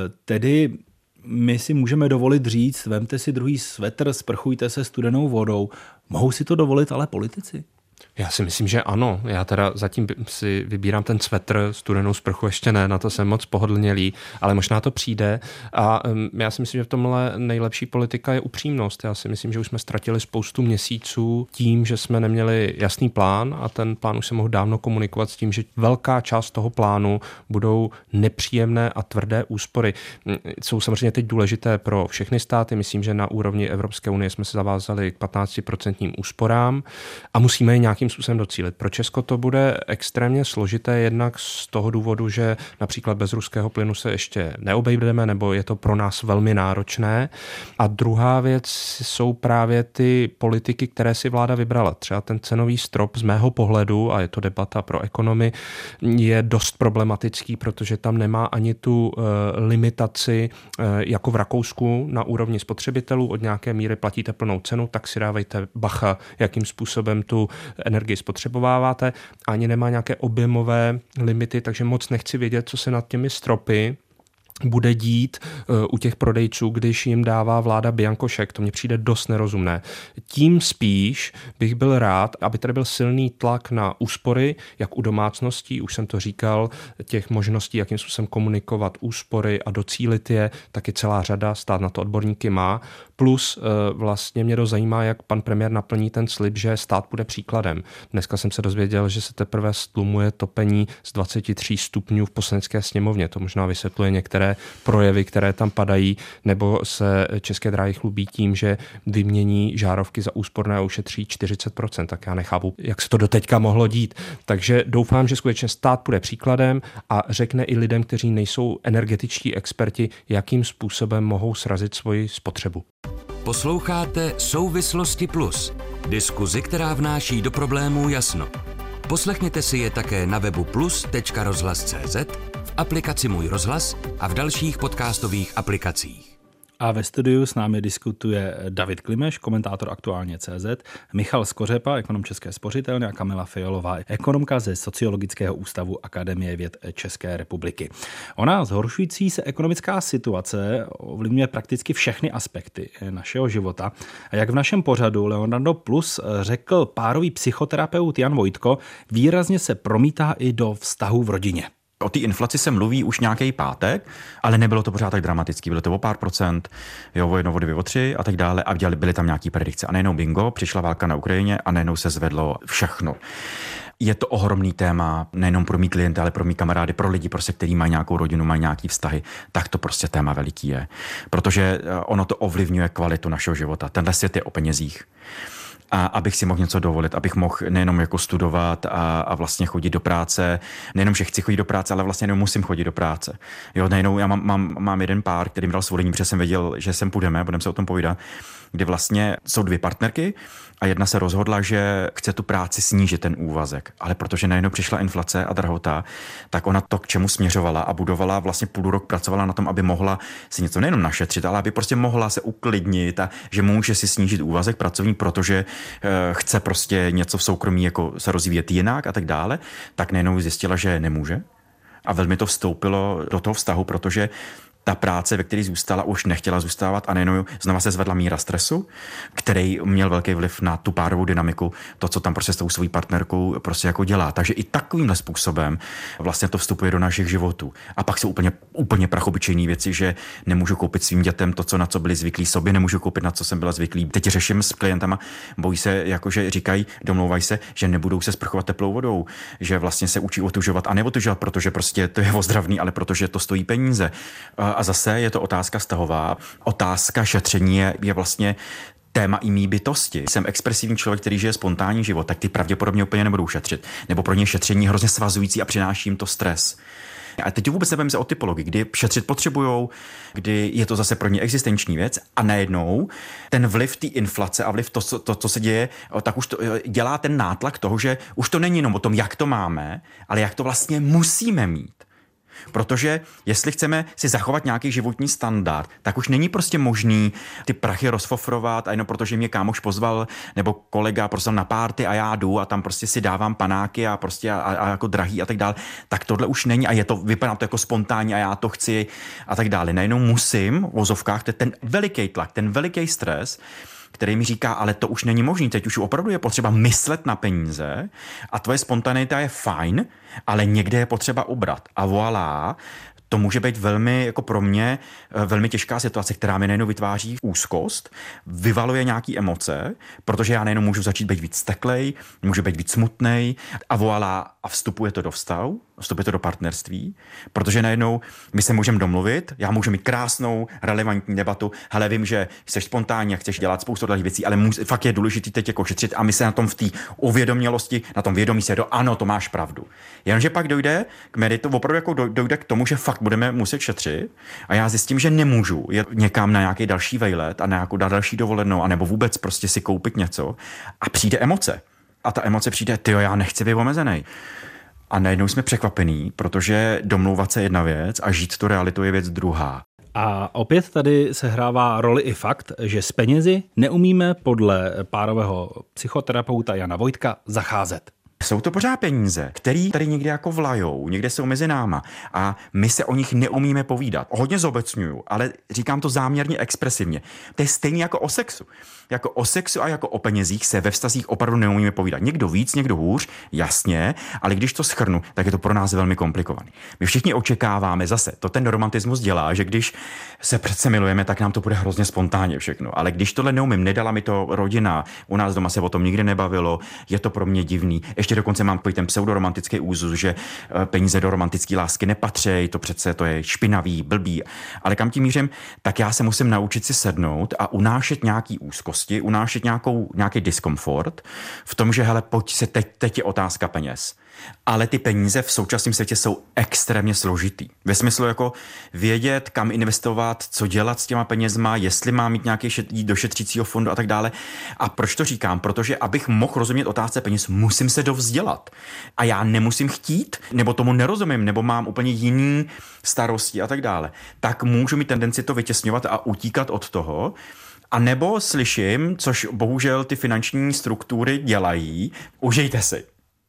Tedy my si můžeme dovolit říct, vemte si druhý svetr, sprchujte se studenou vodou. Mohou si to dovolit ale politici? Já si myslím, že ano. Já teda zatím si vybírám ten svetr, studenou sprchu ještě ne, na to jsem moc pohodlnělý, ale možná to přijde. A já si myslím, že v tomhle nejlepší politika je upřímnost. Já si myslím, že už jsme ztratili spoustu měsíců tím, že jsme neměli jasný plán a ten plán už se mohl dávno komunikovat s tím, že velká část toho plánu budou nepříjemné a tvrdé úspory. Jsou samozřejmě teď důležité pro všechny státy. Myslím, že na úrovni Evropské unie jsme se zavázali k 15% úsporám a musíme je nějakým způsobem docílit. Pro Česko to bude extrémně složité, jednak z toho důvodu, že například bez ruského plynu se ještě neobejdeme, nebo je to pro nás velmi náročné. A druhá věc jsou právě ty politiky, které si vláda vybrala. Třeba ten cenový strop z mého pohledu, a je to debata pro ekonomy, je dost problematický, protože tam nemá ani tu limitaci jako v Rakousku na úrovni spotřebitelů. Od nějaké míry platíte plnou cenu, tak si dávejte bacha, jakým způsobem tu energii spotřebováváte, ani nemá nějaké objemové limity, takže moc nechci vědět, co se nad těmi stropy bude dít u těch prodejců, když jim dává vláda biankošek. To mně přijde dost nerozumné. Tím spíš bych byl rád, aby tady byl silný tlak na úspory, jak u domácností, už jsem to říkal, těch možností, jakým způsobem komunikovat úspory a docílit je, taky celá řada, stát na to odborníky má. Plus vlastně mě to zajímá, jak pan premiér naplní ten slib, že stát bude příkladem. Dneska jsem se dozvěděl, že se teprve stlumuje topení z 23 stupňů v Poslanecké sněmovně. To možná vysvětluje některé projevy, které tam padají, nebo se České dráhy chlubí tím, že vymění žárovky za úsporné a ušetří 40%. Tak já nechápu, jak se to doteďka mohlo dít. Takže doufám, že skutečně stát bude příkladem a řekne i lidem, kteří nejsou energetičtí experti, jakým způsobem mohou srazit svoji spotřebu. Posloucháte Souvislosti plus, diskuzi, která vnáší do problémů jasno. Poslechněte si je také na webu plus.rozhlas.cz, v aplikaci Můj rozhlas a v dalších podcastových aplikacích. A ve studiu s námi diskutuje David Klimeš, komentátor Aktuálně.cz, Michal Skořepa, ekonom České spořitelny a Kamila Fialová, ekonomka ze Sociologického ústavu Akademie věd České republiky. Ona zhoršující se ekonomická situace ovlivňuje prakticky všechny aspekty našeho života. A jak v našem pořadu Leonardo Plus řekl párový psychoterapeut Jan Vojtko, výrazně se promítá i do vztahů v rodině. O té inflaci se mluví už nějaký pátek, ale nebylo to pořád tak dramatický. Bylo to o pár procent, jo, o 1, o 2, o 3 a tak dále a byly tam nějaký predikce. A najednou bingo, přišla válka na Ukrajině a najednou se zvedlo všechno. Je to ohromný téma, nejenom pro mý klienty, ale pro mý kamarády, pro lidi, prostě, kteří mají nějakou rodinu, mají nějaký vztahy, tak to prostě téma veliký je. Protože ono to ovlivňuje kvalitu našeho života. Tenhle svět je o penězích. A abych si mohl něco dovolit, abych mohl nejenom jako studovat a vlastně chodit do práce, nejenom, že chci chodit do práce, ale vlastně jenom musím chodit do práce. Jo, nejenom, já mám jeden pár, který mi dal svolení, protože jsem věděl, že sem budeme se o tom povídat, kdy vlastně jsou 2 partnerky a jedna se rozhodla, že chce tu práci snížit ten úvazek, ale protože najednou přišla inflace a drahota, tak ona to k čemu směřovala a budovala, vlastně půl rok pracovala na tom, aby mohla si něco nejenom našetřit, ale aby prostě mohla se uklidnit a že může si snížit úvazek pracovní, protože chce prostě něco v soukromí jako se rozvíjet jinak a tak dále, tak najednou zjistila, že nemůže. A velmi to vstoupilo do toho vztahu, protože ta práce, ve které zůstala, už nechtěla zůstávat a nejenom znova se zvedla míra stresu, který měl velký vliv na tu párovou dynamiku, to, co tam prostě s tou svojí partnerkou prostě jako dělá. Takže i takovýmhle způsobem vlastně to vstupuje do našich životů. A pak jsou úplně prachobyčejné věci, že nemůžu koupit svým dětem to, na co byli zvyklí, sobě nemůžu koupit, na co jsem byla zvyklý. Teď řeším s klientama, bojí se, jakože říkají, domlouvají se, že nebudou se sprchovat teplou vodou, že vlastně se učí otužovat a neotužovat, protože prostě to je ozdravný, ale protože to stojí peníze. A zase je to otázka vztahová. Otázka šetření je vlastně téma i mý bytosti. Jsem expresivní člověk, který žije spontánní život, tak ty pravděpodobně úplně nebudou šetřit. Nebo pro ně šetření hrozně svazující a přináší jim to stres. A teď vůbec nebudeme se o typologii, kdy šetřit potřebujou, kdy je to zase pro ně existenční věc a najednou ten vliv té inflace a vliv to, co se děje, tak už to dělá ten nátlak toho, že už to není jenom o tom, jak to máme, ale jak to vlastně musíme mít. Protože jestli chceme si zachovat nějaký životní standard, tak už není prostě možný ty prachy rozfofrovat a jenom protože mě kámoš pozval nebo kolega prostě na párty a já jdu a tam prostě si dávám panáky a prostě a jako drahý a tak dále, tak tohle už není a vypadá to jako spontánní a já to chci a tak dále. Najednou musím v vozovkách, ten veliký tlak, ten veliký stres, který mi říká, ale to už není možný, teď už opravdu je potřeba myslet na peníze a tvoje spontaneita je fajn, ale někde je potřeba ubrat. A voilà, to může být velmi, jako pro mě, velmi těžká situace, která mi najednou vytváří úzkost, vyvaluje nějaký emoce, protože já najednou můžu začít být víc steklej, můžu být víc smutnej a voilà, a vstupuje to do vztahu, vstupuje to do partnerství, protože najednou my se můžeme domluvit, já můžu mít krásnou, relevantní debatu, hele, vím, že jsi spontánní a chceš dělat spoustu dalších věcí, ale fakt je důležitý teď jako šetřit a my se na tom v té uvědomělosti, na tom vědomí se ano, to máš pravdu. Jenomže pak dojde k meditu, opravdu jako dojde k tomu, že fakt budeme muset šetřit a já zjistím, že nemůžu jet někam na nějaký další vejlet a na nějakou další dovolenou, anebo vůbec prostě si koupit něco a přijde emoce. A ta emoce přijde, tyjo, já nechci být omezený. A najednou jsme překvapení, protože domlouvat se je jedna věc a žít tu realitu je věc druhá. A opět tady sehrává roli i fakt, že s penězi neumíme podle párového psychoterapeuta Jana Vojtka zacházet. Jsou to pořád peníze, které tady někde jako vlajou, někde jsou mezi náma a my se o nich neumíme povídat. Hodně zobecňuju, ale říkám to záměrně expresivně. To je stejně jako o sexu. Jako o sexu a jako o penězích se ve vztazích opravdu neumíme povídat. Někdo víc, někdo hůř, jasně, ale když to shrnu, tak je to pro nás velmi komplikovaný. My všichni očekáváme zase, to ten romantismus dělá, že když se přece milujeme, tak nám to bude hrozně spontánně všechno. Ale když tohle neumím, nedala mi to rodina, u nás doma se o tom nikdy nebavilo, je to pro mě divný. Ještě dokonce mám ten pseudoromantický úzus, že peníze do romantické lásky nepatří, to přece to je špinavý, blbý. Ale kam tím mířím, tak já se musím naučit si sednout a unášet nějaký úzkosti, unášet nějaký diskomfort v tom, že hele, pojď se teď je otázka peněz. Ale ty peníze v současném světě jsou extrémně složitý. Ve smyslu jako vědět, kam investovat, co dělat s těma penězma, jestli mám mít nějaký jít do šetřícího fondu a tak dále. A proč to říkám? Protože abych mohl rozumět otázce peněz, musím se dovzdělat. A já nemusím chtít, nebo tomu nerozumím, nebo mám úplně jiný starosti a tak dále. Tak můžu mít tendenci to vytěsňovat a utíkat od toho. A nebo slyším, což bohužel ty finanční struktury dělají, užijte si.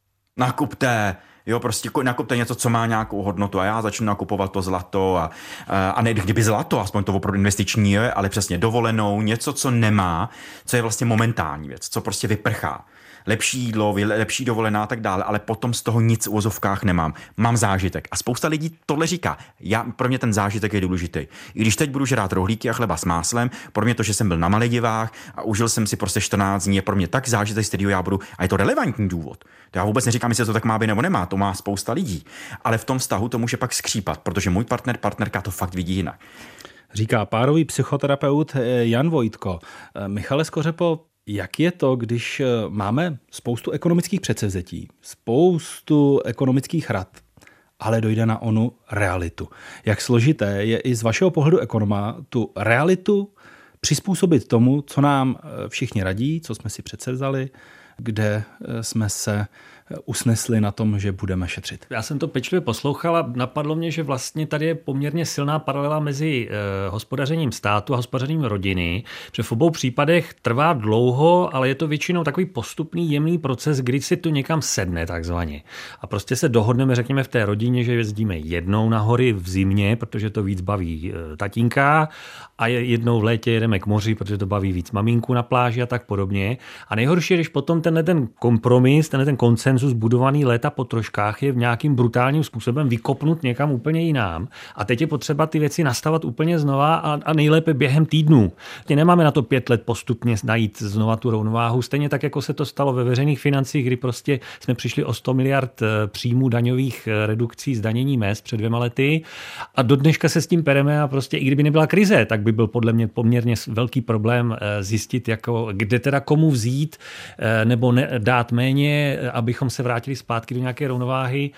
Nakupte, jo, prostě nakupte něco, co má nějakou hodnotu a já začnu nakupovat to zlato a ne, kdyby zlato, aspoň to opravdu investiční je, ale přesně dovolenou, něco, co nemá, co je vlastně momentální věc, co prostě vyprchá. Lepší jídlo, lepší dovolená a tak dále, ale potom z toho nic v uvozovkách nemám. Mám zážitek. A spousta lidí tohle říká. Pro mě ten zážitek je důležitý. I když teď budu žrát rohlíky a chleba s máslem, pro mě to, že jsem byl na Maledivách a užil jsem si prostě 14 dní, je pro mě tak zážitek, z kterého já budu. A je to relevantní důvod. To já vůbec neříkám, jestli to tak má být nebo nemá, to má spousta lidí. Ale v tom vztahu to může pak skřípat, protože můj partnerka to fakt vidí jinak. Říká párový psychoterapeut Jan Vojtko. Michale Skořepo, jak je to, když máme spoustu ekonomických předsevzetí, spoustu ekonomických rad, ale dojde na onu realitu? Jak složité je i z vašeho pohledu ekonoma tu realitu přizpůsobit tomu, co nám všichni radí, co jsme si předsevzali, kde jsme se usnesli na tom, že budeme šetřit. Já jsem to pečlivě poslouchal a napadlo mě, že vlastně tady je poměrně silná paralela mezi hospodařením státu a hospodařením rodiny, že v obou případech trvá dlouho, ale je to většinou takový postupný, jemný proces, kdy si to někam sedne takzvaně. A prostě se dohodneme, řekněme v té rodině, že jezdíme jednou na hory v zimě, protože to víc baví tatínka, a jednou v létě jedeme k moři, protože to baví víc maminku na pláži a tak podobně. A nejhorší je, když potom ten kompromis, ten konsenzus budovaný léta po troškách je v nějakým brutálním způsobem vykopnut někam úplně jinam. A teď je potřeba ty věci nastavat úplně znova a nejlépe během týdnů. Teď nemáme na to 5 let postupně najít znova tu rovnováhu. Stejně tak, jako se to stalo ve veřejných financích, kdy prostě jsme přišli o 100 miliard příjmů daňových redukcí zdanění mezd před 2 lety. A do dneška se s tím pereme a prostě i kdyby nebyla krize, tak by byl podle mě poměrně velký problém zjistit, jako, kde teda komu vzít nebo dát méně, abychom se vrátili zpátky do nějaké rovnováhy.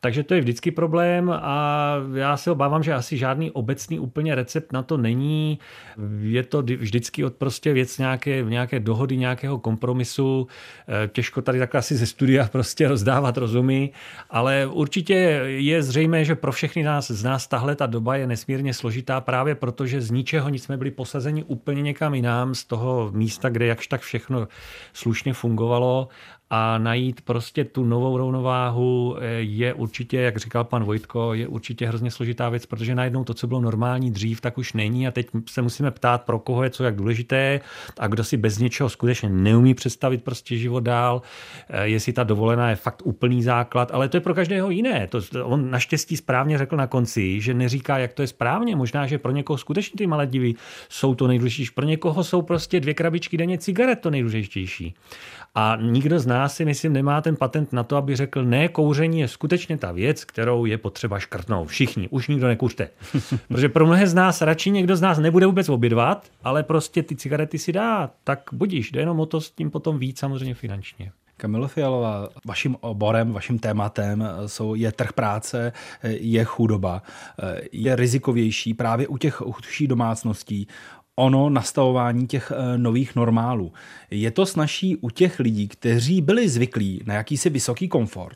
Takže to je vždycky problém a já se obávám, že asi žádný obecný úplně recept na to není. Je to vždycky prostě věc nějaké dohody, nějakého kompromisu. Těžko tady takhle asi ze studia prostě rozdávat rozumy, ale určitě je zřejmé, že pro všechny z nás tahle ta doba je nesmírně složitá právě proto, že z ničeho nic jsme byli posazeni úplně někam jinam z toho místa, kde jakž tak všechno slušně fungovalo. A najít prostě tu novou rovnováhu je určitě, jak říkal pan Vojtko, je určitě hrozně složitá věc, protože najednou to, co bylo normální dřív, tak už není a teď se musíme ptát, pro koho je co jak důležité a kdo si bez něčeho skutečně neumí představit prostě život dál, jestli ta dovolená je fakt úplný základ, ale to je pro každého jiné. On naštěstí správně řekl na konci, že neříká, jak to je správně, možná, že pro někoho skutečně ty Maledivy jsou to nejdůležitější, pro někoho jsou prostě 2 krabičky denně cigaret to nejdůležitější. A nikdo z nás si myslím nemá ten patent na to, aby řekl, ne, kouření je skutečně ta věc, kterou je potřeba škrtnout. Všichni, už nikdo nekuřte. Protože pro mnohé z nás radši někdo z nás nebude vůbec obědvat, ale prostě ty cigarety si dá, tak budíš, jde jenom o to s tím potom víc samozřejmě finančně. Kamilo Fialová, vaším oborem, vaším tématem je trh práce, je chudoba, je rizikovější právě u těch chudších domácností ono nastavování těch nových normálů. Je to snazší u těch lidí, kteří byli zvyklí na jakýsi vysoký komfort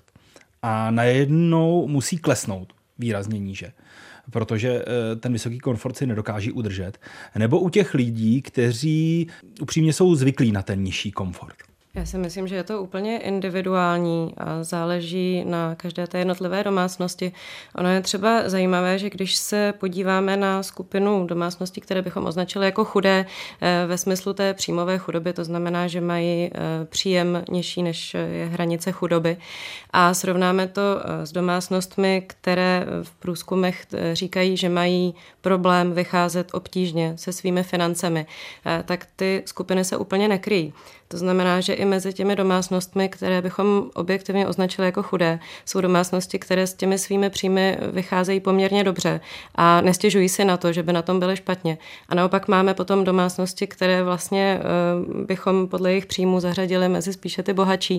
a najednou musí klesnout výrazně níže, protože ten vysoký komfort si nedokáží udržet, nebo u těch lidí, kteří upřímně jsou zvyklí na ten nižší komfort. Já si myslím, že je to úplně individuální a záleží na každé té jednotlivé domácnosti. Ono je třeba zajímavé, že když se podíváme na skupinu domácností, které bychom označili jako chudé ve smyslu té příjmové chudoby, to znamená, že mají příjem nižší než je hranice chudoby, a srovnáme to s domácnostmi, které v průzkumech říkají, že mají problém vycházet obtížně se svými financemi, tak ty skupiny se úplně nekryjí. To znamená, že i mezi těmi domácnostmi, které bychom objektivně označili jako chudé, jsou domácnosti, které s těmi svými příjmy vycházejí poměrně dobře a nestěžují si na to, že by na tom byly špatně. A naopak máme potom domácnosti, které vlastně bychom podle jejich příjmů zařadili mezi spíše ty bohatší.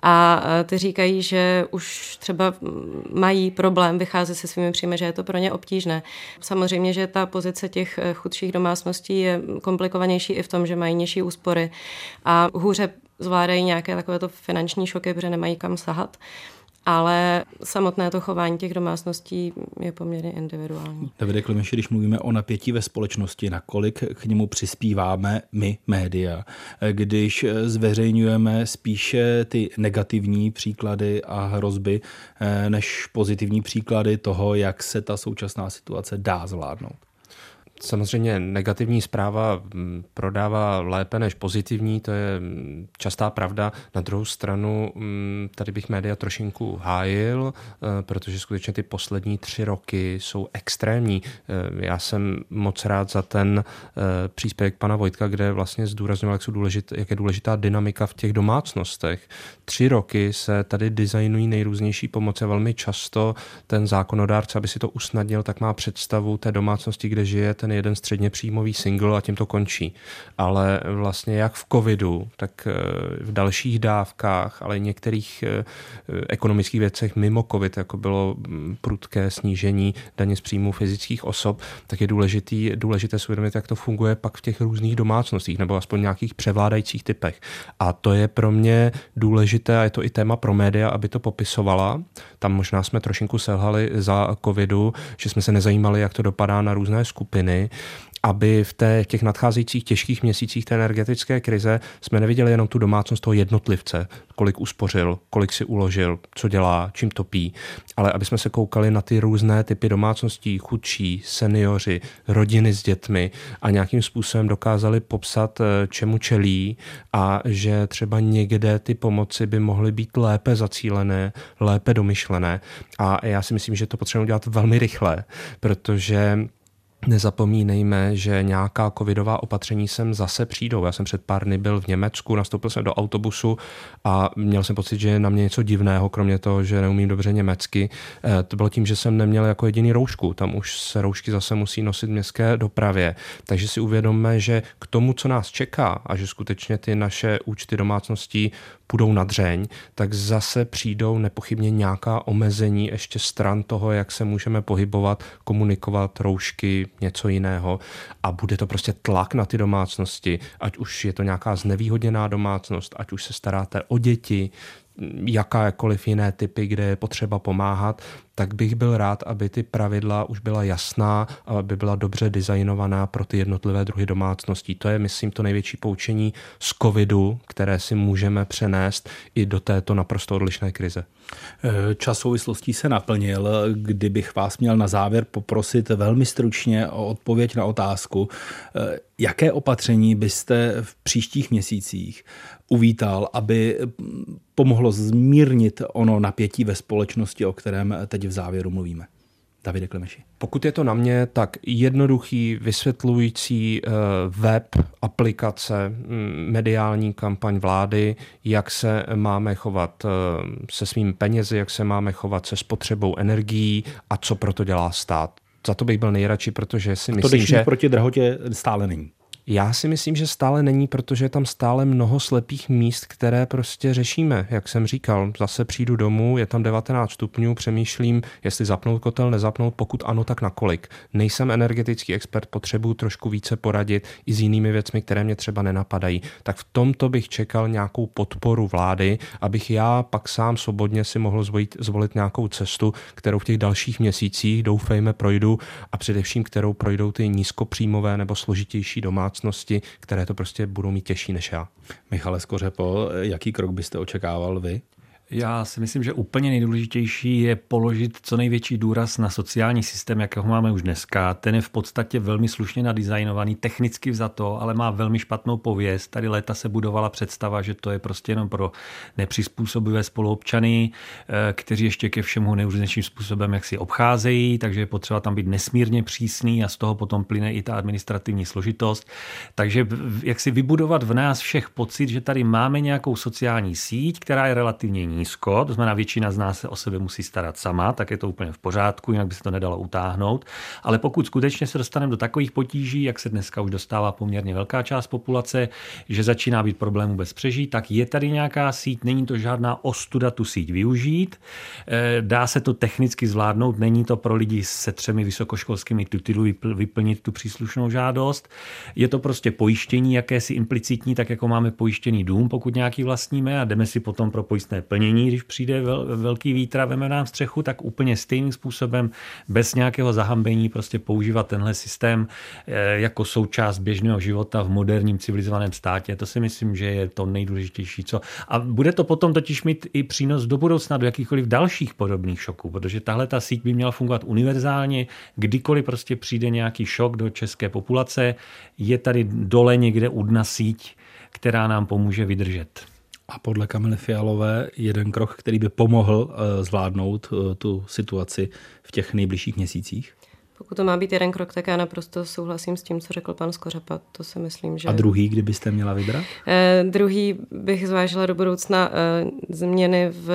A ty říkají, že už třeba mají problém vycházet se svými příjmy, že je to pro ně obtížné. Samozřejmě, že ta pozice těch chudších domácností je komplikovanější i v tom, že mají nižší úspory a hůře zvládají nějaké takovéto finanční šoky, protože nemají kam sahat. Ale samotné to chování těch domácností je poměrně individuální. Davide Klimeši, když mluvíme o napětí ve společnosti, nakolik k němu přispíváme my, média, když zveřejňujeme spíše ty negativní příklady a hrozby, než pozitivní příklady toho, jak se ta současná situace dá zvládnout? Samozřejmě negativní zpráva prodává lépe než pozitivní, to je častá pravda. Na druhou stranu tady bych média trošinku hájil, protože skutečně ty poslední 3 roky jsou extrémní. Já jsem moc rád za ten příspěvek pana Vojtka, kde vlastně zdůrazňoval, jak je důležitá dynamika v těch domácnostech. 3 roky se tady designují nejrůznější pomoci a velmi často ten zákonodárce, aby si to usnadnil, tak má představu té domácnosti, kde žije ten jeden středně příjmový single a tím to končí. Ale vlastně jak v covidu, tak v dalších dávkách, ale i některých ekonomických věcech mimo covid, jako bylo prudké snížení daně z příjmů fyzických osob, tak je důležité si uvědomit, jak to funguje pak v těch různých domácnostích nebo aspoň nějakých převládajících typech. A to je pro mě důležité a je to i téma pro média, aby to popisovala. Tam možná jsme trošinku selhali za covidu, že jsme se nezajímali, jak to dopadá na různé skupiny, aby v těch nadcházejících těžkých měsících té energetické krize jsme neviděli jenom tu domácnost toho jednotlivce, kolik uspořil, kolik si uložil, co dělá, čím topí, ale aby jsme se koukali na ty různé typy domácností, chudší, seniori, rodiny s dětmi a nějakým způsobem dokázali popsat, čemu čelí a že třeba někde ty pomoci by mohly být lépe zacílené, lépe domyšlené. A já si myslím, že to potřebujeme dělat velmi rychle, protože Nezapomínejme, že nějaká covidová opatření sem zase přijdou. Já jsem před pár dny byl v Německu, nastoupil jsem do autobusu a měl jsem pocit, že je na mě něco divného, kromě toho, že neumím dobře německy. To bylo tím, že jsem neměl jako jediný roušku. Tam už se roušky zase musí nosit v městské dopravě. Takže si uvědomme, že k tomu, co nás čeká a že skutečně ty naše účty domácností půjdou na dřeň, tak zase přijdou nepochybně nějaká omezení ještě stran toho, jak se můžeme pohybovat, komunikovat, roušky, něco jiného a bude to prostě tlak na ty domácnosti, ať už je to nějaká znevýhodněná domácnost, ať už se staráte o děti, jakákoliv jiné typy, kde je potřeba pomáhat, tak bych byl rád, aby ty pravidla už byla jasná, aby byla dobře designovaná pro ty jednotlivé druhy domácností. To je, myslím, to největší poučení z covidu, které si můžeme přenést i do této naprosto odlišné krize. Čas souvislostí se naplnil. Kdybych vás měl na závěr poprosit velmi stručně o odpověď na otázku, jaké opatření byste v příštích měsících uvítal, aby pomohlo zmírnit ono napětí ve společnosti, o kterém teď v závěru mluvíme? Davide Klimeši. Pokud je to na mě, tak jednoduchý vysvětlující web, aplikace, mediální kampaň vlády, jak se máme chovat se svými penězi, jak se máme chovat se spotřebou energií a co proto dělá stát. Za to bych byl nejradši, protože si myslím, že proti drahotě stále není. Já si myslím, že stále není, protože je tam stále mnoho slepých míst, které prostě řešíme. Jak jsem říkal, zase přijdu domů, je tam 19 stupňů, přemýšlím, jestli zapnout kotel, nezapnout, pokud ano, tak na kolik. Nejsem energetický expert, potřebuji trošku více poradit i s jinými věcmi, které mě třeba nenapadají. Tak v tomto bych čekal nějakou podporu vlády, abych já pak sám svobodně si mohl zvolit nějakou cestu, kterou v těch dalších měsících doufejme projdu a především kterou projdou ty nízkopříjmové nebo složitější domácnosti, které to prostě budou mít těžší než já. Michale Skořepo, jaký krok byste očekával vy? Já si myslím, že úplně nejdůležitější je položit co největší důraz na sociální systém, jakého máme už dneska. Ten je v podstatě velmi slušně nadizajnovaný, technicky vzato, ale má velmi špatnou pověst. Tady léta se budovala představa, že to je prostě jenom pro nepřizpůsobivé spoluobčany, kteří ještě ke všemu nejrůznějším způsobem jak si obcházejí, takže je potřeba tam být nesmírně přísný a z toho potom plyne i ta administrativní složitost. Takže jak si vybudovat v nás všech pocit, že tady máme nějakou sociální síť, která je relativně nízko, to znamená většina z nás se o sebe musí starat sama, tak je to úplně v pořádku, jinak by se to nedalo utáhnout. Ale pokud skutečně se dostaneme do takových potíží, jak se dneska už dostává poměrně velká část populace, že začíná být problém vůbec přežít, tak je tady nějaká síť, není to žádná ostuda tu síť využít. Dá se to technicky zvládnout, není to pro lidi se 3 vysokoškolskými tituly vyplnit tu příslušnou žádost. Je to prostě pojištění jakési implicitní, tak jako máme pojištěný dům, pokud nějaký vlastníme a jdeme si potom pro pojistné plnění, když přijde velký vítr a veme nám střechu, tak úplně stejným způsobem bez nějakého zahambení prostě používat tenhle systém jako součást běžného života v moderním civilizovaném státě. To si myslím, že je to nejdůležitější. A bude to potom totiž mít i přínos do budoucna, do jakýchkoliv dalších podobných šoků, protože tahle ta síť by měla fungovat univerzálně, kdykoliv prostě přijde nějaký šok do české populace, je tady dole někde u dna síť, která nám pomůže vydržet. A podle Kamily Fialové jeden krok, který by pomohl zvládnout tu situaci v těch nejbližších měsících? Pokud to má být jeden krok, tak já naprosto souhlasím s tím, co řekl pan Skořepa. To si myslím, že... A druhý, kdybyste měla vybrat? Druhý bych zvážila do budoucna změny v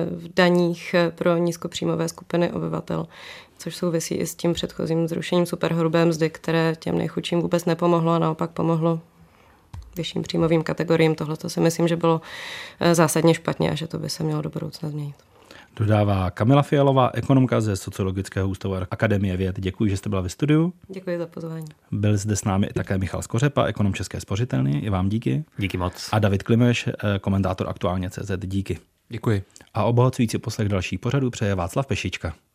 daních pro nízkopříjmové skupiny obyvatel, což souvisí i s tím předchozím zrušením superhrubé mzdy, které těm nejchudším vůbec nepomohlo a naopak pomohlo vyšším příjmovým kategoriím. Tohle to si myslím, že bylo zásadně špatně a že to by se mělo do budoucna změnit. Dodává Kamila Fialová, ekonomka ze Sociologického ústavu Akademie věd. Děkuji, že jste byla ve studiu. Děkuji za pozvání. Byl zde s námi také Michal Skořepa, ekonom České spořitelny. I vám díky. Díky moc. A David Klimeš, komentátor Aktuálně.cz. Díky. Děkuji. A obohacující poslech dalších pořadů přeje Václav Pešička.